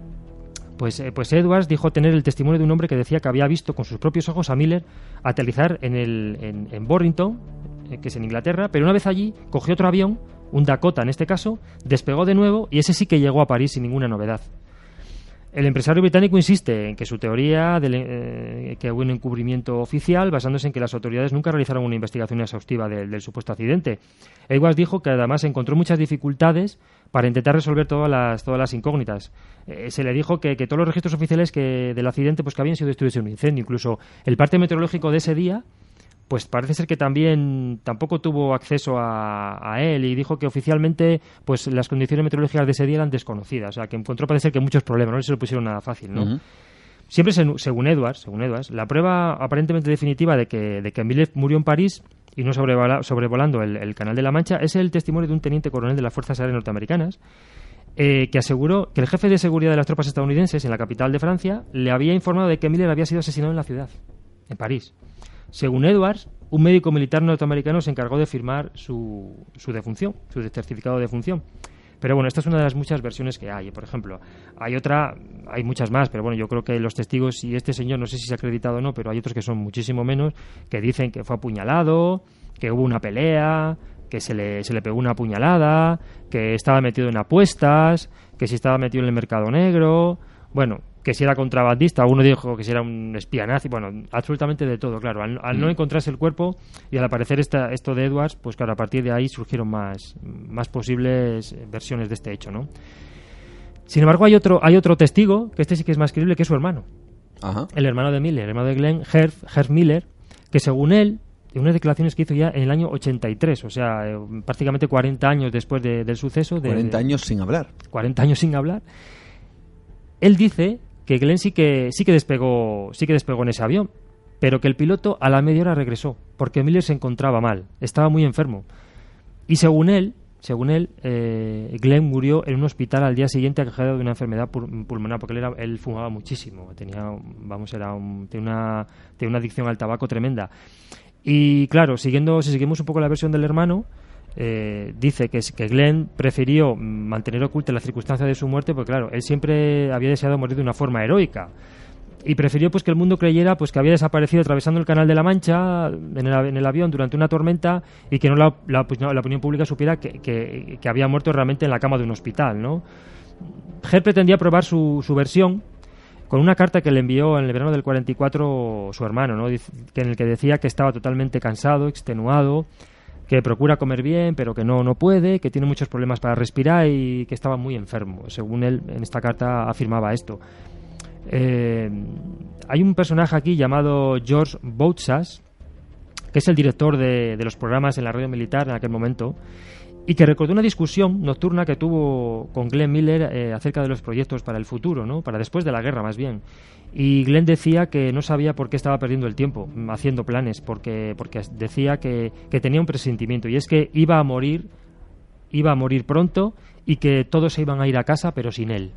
pues, eh, pues Edwards dijo tener el testimonio de un hombre que decía que había visto con sus propios ojos a Miller aterrizar en, el, en, en Borrington, eh, que es en Inglaterra, pero una vez allí cogió otro avión, un Dakota en este caso, despegó de nuevo y ese sí que llegó a París sin ninguna novedad. El empresario británico insiste en que su teoría de eh, que hubo un encubrimiento oficial basándose en que las autoridades nunca realizaron una investigación exhaustiva de, del supuesto accidente. Edwards dijo que además encontró muchas dificultades para intentar resolver todas las todas las incógnitas. Eh, se le dijo que, que todos los registros oficiales que del accidente pues que habían sido destruidos en un incendio, incluso el parte meteorológico de ese día, pues parece ser que también tampoco tuvo acceso a, a él, y dijo que oficialmente pues las condiciones meteorológicas de ese día eran desconocidas, o sea que encontró parece ser que muchos problemas, no se lo pusieron nada fácil, ¿no? Uh-huh. Siempre se, según Edwards, según Edwards, la prueba aparentemente definitiva de que, de que Miller murió en París y no sobrevola, sobrevolando el, el Canal de la Mancha es el testimonio de un teniente coronel de las Fuerzas Aéreas Norteamericanas eh, que aseguró que el jefe de seguridad de las tropas estadounidenses en la capital de Francia le había informado de que Miller había sido asesinado en la ciudad, en París. Según Edwards, un médico militar norteamericano se encargó de firmar su, su defunción, su certificado de defunción. Pero bueno, esta es una de las muchas versiones que hay. Por ejemplo, hay otra, hay muchas más, pero bueno, yo creo que los testigos, y este señor no sé si se ha acreditado o no, pero hay otros que son muchísimo menos, que dicen que fue apuñalado, que hubo una pelea, que se le, se le pegó una puñalada, que estaba metido en apuestas, que si estaba metido en el mercado negro, bueno, que si era contrabandista, uno dijo que si era un espía nazi, bueno, absolutamente de todo, claro. Al, al no encontrarse el cuerpo y al aparecer esta, esto de Edwards, pues claro, a partir de ahí surgieron más, más posibles versiones de este hecho, ¿no? Sin embargo, hay otro, hay otro testigo, que este sí que es más creíble, que es su hermano. Ajá. El hermano de Miller, el hermano de Glenn, Herb, Herb Miller, que según él, en unas declaraciones que hizo ya en el año ochenta y tres, o sea, eh, prácticamente cuarenta años después de, del suceso. De, cuarenta años sin hablar. cuarenta años sin hablar. Él dice que Glenn sí que sí que despegó sí que despegó en ese avión, pero que el piloto a la media hora regresó porque Miller se encontraba mal, estaba muy enfermo, y según él según él eh, Glenn murió en un hospital al día siguiente aquejado de una enfermedad pulmonar, porque él, era, él fumaba muchísimo, tenía vamos era un, tenía una tenía una adicción al tabaco tremenda. Y claro, siguiendo si seguimos un poco la versión del hermano, Eh, dice que, que Glenn prefirió mantener oculta la circunstancia de su muerte porque claro, él siempre había deseado morir de una forma heroica y prefirió pues que el mundo creyera pues que había desaparecido atravesando el Canal de la Mancha en el, en el avión durante una tormenta y que no la, la, pues, no, la opinión pública supiera que, que, que había muerto realmente en la cama de un hospital, ¿no? Herb pretendía probar su, su versión con una carta que le envió en el verano del cuarenta y cuatro su hermano, ¿no? Dice, que en el que decía que estaba totalmente cansado, extenuado, que procura comer bien, pero que no, no puede, que tiene muchos problemas para respirar y que estaba muy enfermo. Según él, en esta carta afirmaba esto. Eh, hay un personaje aquí llamado George Boutsas, que es el director de, de los programas en la radio militar en aquel momento, y que recordó una discusión nocturna que tuvo con Glenn Miller eh, acerca de los proyectos para el futuro, ¿no? Para después de la guerra, más bien. Y Glenn decía que no sabía por qué estaba perdiendo el tiempo haciendo planes, porque, porque decía que, que tenía un presentimiento, y es que iba a morir, iba a morir pronto y que todos se iban a ir a casa, pero sin él.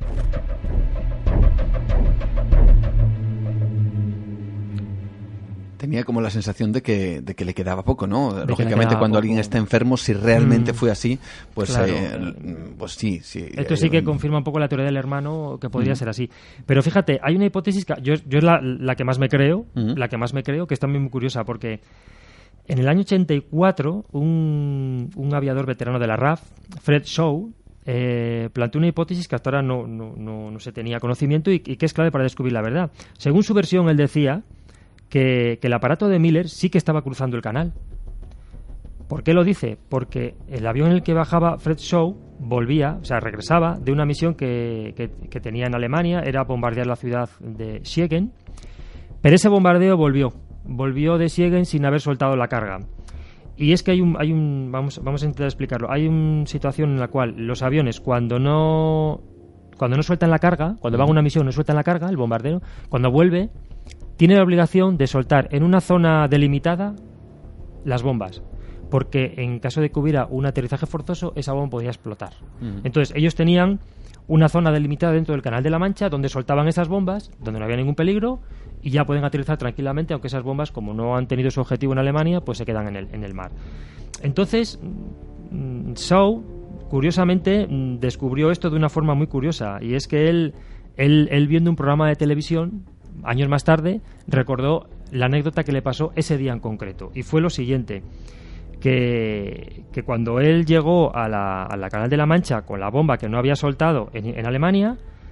Tenía como la sensación de que, de que le quedaba poco, ¿no? De Lógicamente, cuando poco. Alguien está enfermo, si realmente mm. fue así, pues, claro. eh, pues sí, sí. Esto sí que confirma un poco la teoría del hermano, que podría mm. ser así. Pero fíjate, hay una hipótesis que yo, yo es la, la que más me creo, mm. la que más me creo, que es también muy curiosa, porque en el año ochenta y cuatro, un, un aviador veterano de la R A F, Fred Shaw, eh, planteó una hipótesis que hasta ahora no, no, no, no se tenía conocimiento y, y que es clave para descubrir la verdad. Según su versión, él decía Que, que el aparato de Miller sí que estaba cruzando el canal. ¿Por qué lo dice? Porque el avión en el que bajaba Fred Shaw volvía, o sea, regresaba de una misión que, que, que tenía en Alemania, era bombardear la ciudad de Siegen, pero ese bombardeo volvió, volvió de Siegen sin haber soltado la carga. Y es que hay un, hay un vamos, vamos a intentar explicarlo, hay una situación en la cual los aviones cuando no, cuando no sueltan la carga, cuando van a una misión no sueltan la carga, el bombardero, cuando vuelve, tiene la obligación de soltar en una zona delimitada las bombas, porque en caso de que hubiera un aterrizaje forzoso, esa bomba podía explotar. Uh-huh. Entonces, ellos tenían una zona delimitada dentro del Canal de la Mancha donde soltaban esas bombas, donde no había ningún peligro, y ya pueden aterrizar tranquilamente, aunque esas bombas, como no han tenido su objetivo en Alemania, pues se quedan en el, en el mar. Entonces, Shaw, curiosamente, descubrió esto de una forma muy curiosa, y es que él, él, él viendo un programa de televisión, años más tarde, recordó la anécdota que le pasó ese día en concreto, y fue lo siguiente, que, que cuando él llegó a la, a la Canal de la Mancha con la bomba que no había soltado en, en Alemania,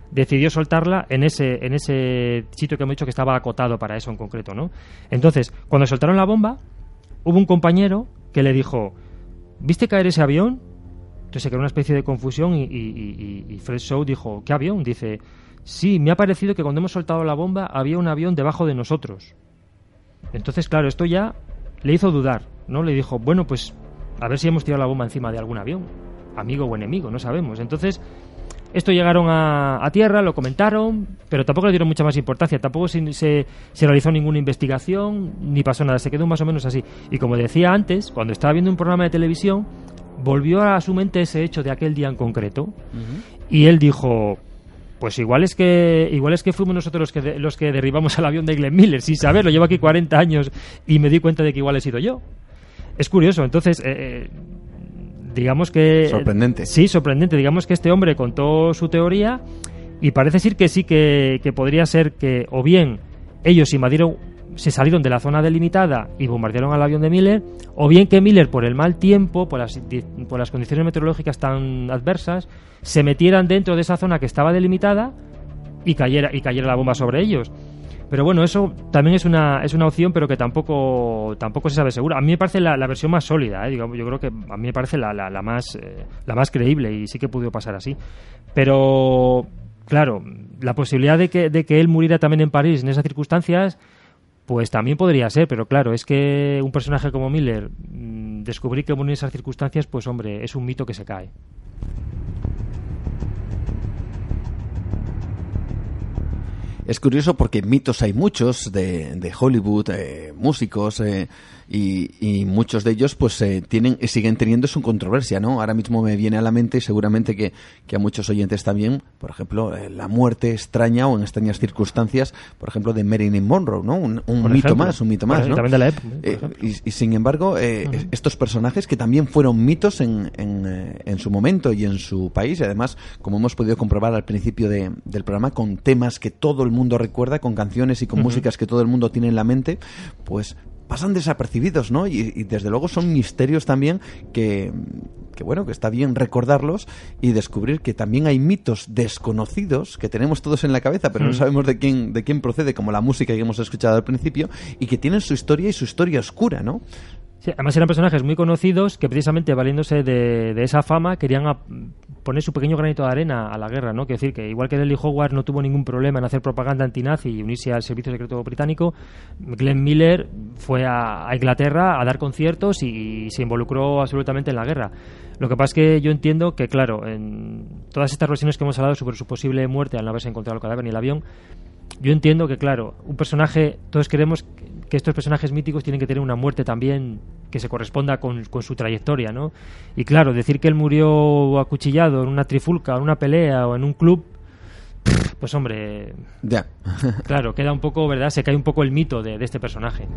decidió soltarla en ese en ese sitio que hemos dicho que estaba acotado para eso en concreto, ¿no? Entonces, cuando soltaron la bomba, hubo un compañero que le dijo, ¿viste caer ese avión? Entonces se creó una especie de confusión y, y, y, y Fred Shaw dijo, ¿qué avión? Dice, sí, me ha parecido que cuando hemos soltado la bomba había un avión debajo de nosotros. Entonces, claro, esto ya le hizo dudar, ¿no? Le dijo, bueno, pues a ver si hemos tirado la bomba encima de algún avión, amigo o enemigo, no sabemos. Entonces, esto llegaron a, a tierra, lo comentaron, pero tampoco le dieron mucha más importancia, tampoco se, se, se realizó ninguna investigación, ni pasó nada, se quedó más o menos así. Y como decía antes, cuando estaba viendo un programa de televisión, volvió a su mente ese hecho de aquel día en concreto, uh-huh. y él dijo, pues igual es que igual es que fuimos nosotros los que de, los que derribamos al avión de Glenn Miller, sin saberlo, llevo aquí cuarenta años y me di cuenta de que igual he sido yo. Es curioso, entonces, eh, digamos que... Sorprendente. Eh, sí, sorprendente. Digamos que este hombre contó su teoría y parece decir que sí que, que podría ser que o bien ellos invadieron, se salieron de la zona delimitada y bombardearon al avión de Miller, o bien que Miller, por el mal tiempo, por las, por las condiciones meteorológicas tan adversas, se metieran dentro de esa zona que estaba delimitada y cayera, y cayera la bomba sobre ellos. Pero bueno, eso también es una es una opción, pero que tampoco tampoco se sabe segura. A mí me parece la, la versión más sólida, ¿eh? Digamos, yo creo que a mí me parece la, la, la más eh, la más creíble y sí que pudo pasar así. Pero claro, la posibilidad de que de que él muriera también en París en esas circunstancias, pues también podría ser, pero claro, es que un personaje como Miller mmm, descubrir que murió en esas circunstancias, pues hombre, es un mito que se cae. Es curioso porque mitos hay muchos de, de Hollywood, eh, músicos, eh, y, y muchos de ellos pues eh, tienen siguen teniendo su controversia, ¿no? Ahora mismo me viene a la mente, y seguramente que, que a muchos oyentes también, por ejemplo, eh, la muerte extraña o en extrañas circunstancias, por ejemplo, de Marilyn Monroe, ¿no? Un, un mito ejemplo, más, un mito más, ¿no? También de la época, eh, y, y sin embargo, eh, uh-huh. estos personajes que también fueron mitos en, en, eh, en su momento y en su país, y además, como hemos podido comprobar al principio de, del programa, con temas que todo el mundo recuerda, con canciones y con uh-huh. músicas que todo el mundo tiene en la mente, pues pasan desapercibidos, ¿no? Y, y desde luego son misterios también que, que, bueno, que está bien recordarlos y descubrir que también hay mitos desconocidos que tenemos todos en la cabeza, pero mm. no sabemos de quién, de quién procede, como la música que hemos escuchado al principio, y que tienen su historia y su historia oscura, ¿no? Sí, además eran personajes muy conocidos que precisamente valiéndose de, de esa fama querían a, poner su pequeño granito de arena a la guerra, ¿no? Quiero decir que igual que Dudley Howard no tuvo ningún problema en hacer propaganda antinazi y unirse al servicio secreto británico, Glenn Miller fue a, a Inglaterra a dar conciertos y, y se involucró absolutamente en la guerra. Lo que pasa es que yo entiendo que, claro, en todas estas versiones que hemos hablado sobre su posible muerte al no haberse encontrado el cadáver ni el avión, yo entiendo que, claro, un personaje, todos queremos que estos personajes míticos tienen que tener una muerte también que se corresponda con, con su trayectoria, ¿no? Y claro, decir que él murió acuchillado en una trifulca, en una pelea o en un club, pues hombre, ya. Claro, queda un poco, ¿verdad? Se cae un poco el mito de, de este personaje.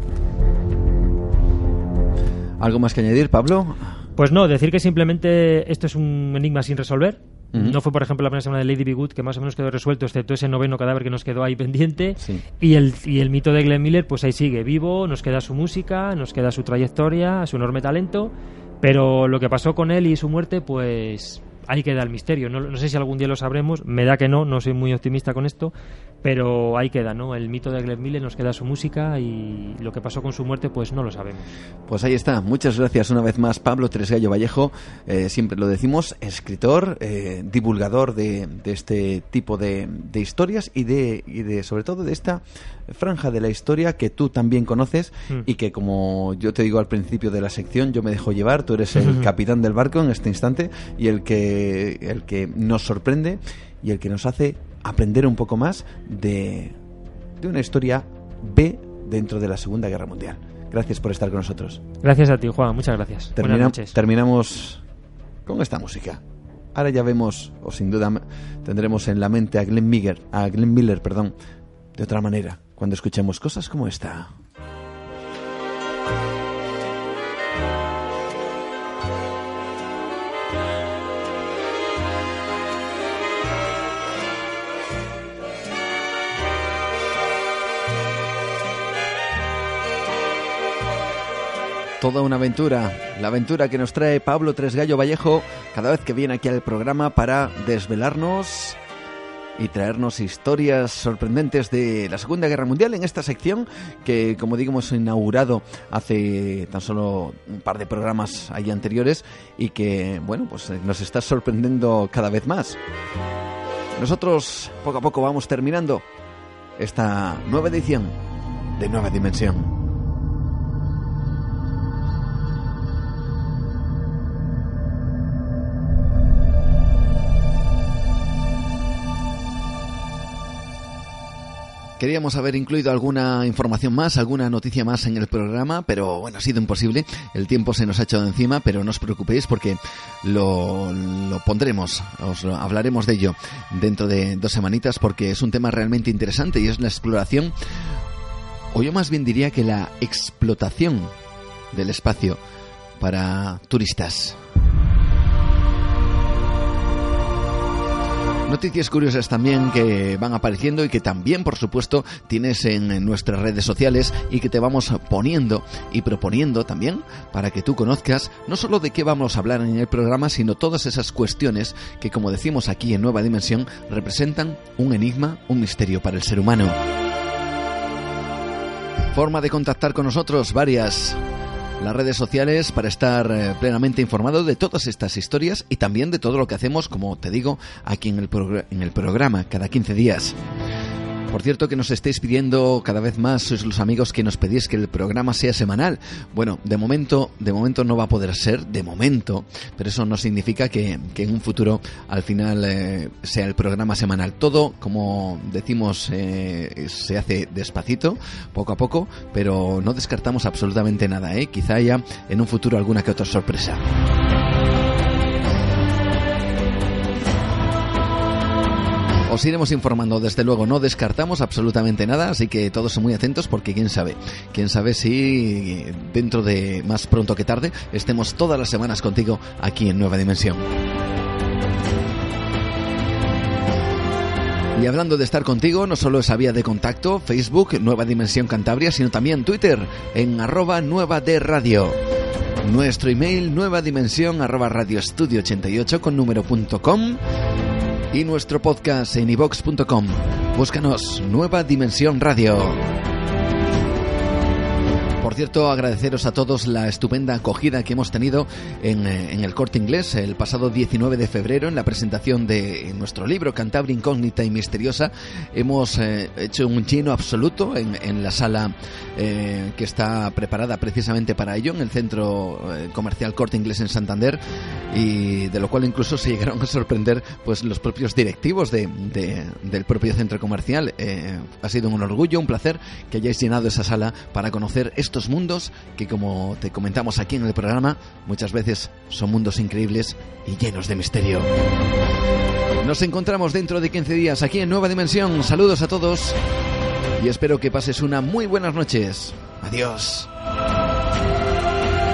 ¿Algo más que añadir, Pablo? Pues no, decir que simplemente esto es un enigma sin resolver. Uh-huh. No fue, por ejemplo, la primera semana de Lady Be Good, que más o menos quedó resuelto, excepto ese noveno cadáver que nos quedó ahí pendiente. Sí. Y, el, y el mito de Glenn Miller, pues ahí sigue vivo, nos queda su música, nos queda su trayectoria, su enorme talento, pero lo que pasó con él y su muerte, pues ahí queda el misterio. No, no sé si algún día lo sabremos, me da que no, no soy muy optimista con esto, pero ahí queda, ¿no? El mito de Glenn Miller, nos queda su música y lo que pasó con su muerte, pues no lo sabemos. Pues ahí está. Muchas gracias una vez más, Pablo Tresgallo Vallejo. Eh, siempre lo decimos, escritor, eh, divulgador de, de este tipo de, de historias y de, y de, sobre todo, de esta franja de la historia que tú también conoces mm. y que, como yo te digo al principio de la sección, yo me dejo llevar. Tú eres el capitán del barco en este instante y el que, el que nos sorprende y el que nos hace aprender un poco más de, de una historia B dentro de la Segunda Guerra Mundial. Gracias por estar con nosotros. Gracias a ti, Juan. Muchas gracias. Termina, Buenas noches. Terminamos con esta música. Ahora ya vemos, o sin duda tendremos en la mente a Glenn Miller, a Glenn Miller, perdón, de otra manera, cuando escuchemos cosas como esta. Toda una aventura, la aventura que nos trae Pablo Tresgallo Vallejo cada vez que viene aquí al programa para desvelarnos y traernos historias sorprendentes de la Segunda Guerra Mundial en esta sección que, como digo, hemos inaugurado hace tan solo un par de programas ahí anteriores y que, bueno, pues nos está sorprendiendo cada vez más. Nosotros poco a poco vamos terminando esta nueva edición de Nueva Dimensión. Queríamos haber incluido alguna información más, alguna noticia más en el programa, pero bueno, ha sido imposible. El tiempo se nos ha echado encima, pero no os preocupéis porque lo, lo pondremos, os hablaremos de ello dentro de dos semanitas porque es un tema realmente interesante y es la exploración, o yo más bien diría que la explotación del espacio para turistas. Noticias curiosas también que van apareciendo y que también, por supuesto, tienes en nuestras redes sociales y que te vamos poniendo y proponiendo también para que tú conozcas no solo de qué vamos a hablar en el programa, sino todas esas cuestiones que, como decimos aquí en Nueva Dimensión, representan un enigma, un misterio para el ser humano. Forma de contactar con nosotros, varias. Las redes sociales para estar eh, plenamente informado de todas estas historias y también de todo lo que hacemos, como te digo, aquí en el, progr- en el programa, cada quince días. Por cierto, que nos estáis pidiendo cada vez más, sois los amigos que nos pedís que el programa sea semanal. Bueno, de momento, de momento no va a poder ser, de momento, pero eso no significa que, que en un futuro al final eh, sea el programa semanal. Todo, como decimos, eh, se hace despacito, poco a poco, pero no descartamos absolutamente nada, ¿eh? Quizá haya en un futuro alguna que otra sorpresa. Os iremos informando, desde luego, no descartamos absolutamente nada, así que todos son muy atentos porque quién sabe, quién sabe si dentro de más pronto que tarde estemos todas las semanas contigo aquí en Nueva Dimensión. Y hablando de estar contigo, no solo esa vía de contacto, Facebook, Nueva Dimensión Cantabria, sino también Twitter, en arroba Nueva de Radio. Nuestro email, nuevadimensión arroba radioestudio ochenta y ocho con número punto com. Y nuestro podcast en iVox punto com. Búscanos, Nueva Dimensión Radio. Por cierto, agradeceros a todos la estupenda acogida que hemos tenido en, en el Corte Inglés el pasado diecinueve de febrero en la presentación de nuestro libro Cantabria Incógnita y Misteriosa. Hemos eh, hecho un lleno absoluto en, en la sala eh, que está preparada precisamente para ello, en el centro eh, comercial Corte Inglés en Santander, y de lo cual incluso se llegaron a sorprender pues los propios directivos de, de, del propio centro comercial. Eh, ha sido un orgullo, un placer que hayáis llenado esa sala para conocer estos mundos que, como te comentamos aquí en el programa, muchas veces son mundos increíbles y llenos de misterio. Nos encontramos dentro de quince días aquí en Nueva Dimensión. Saludos a todos y espero que pases una muy buenas noches. Adiós.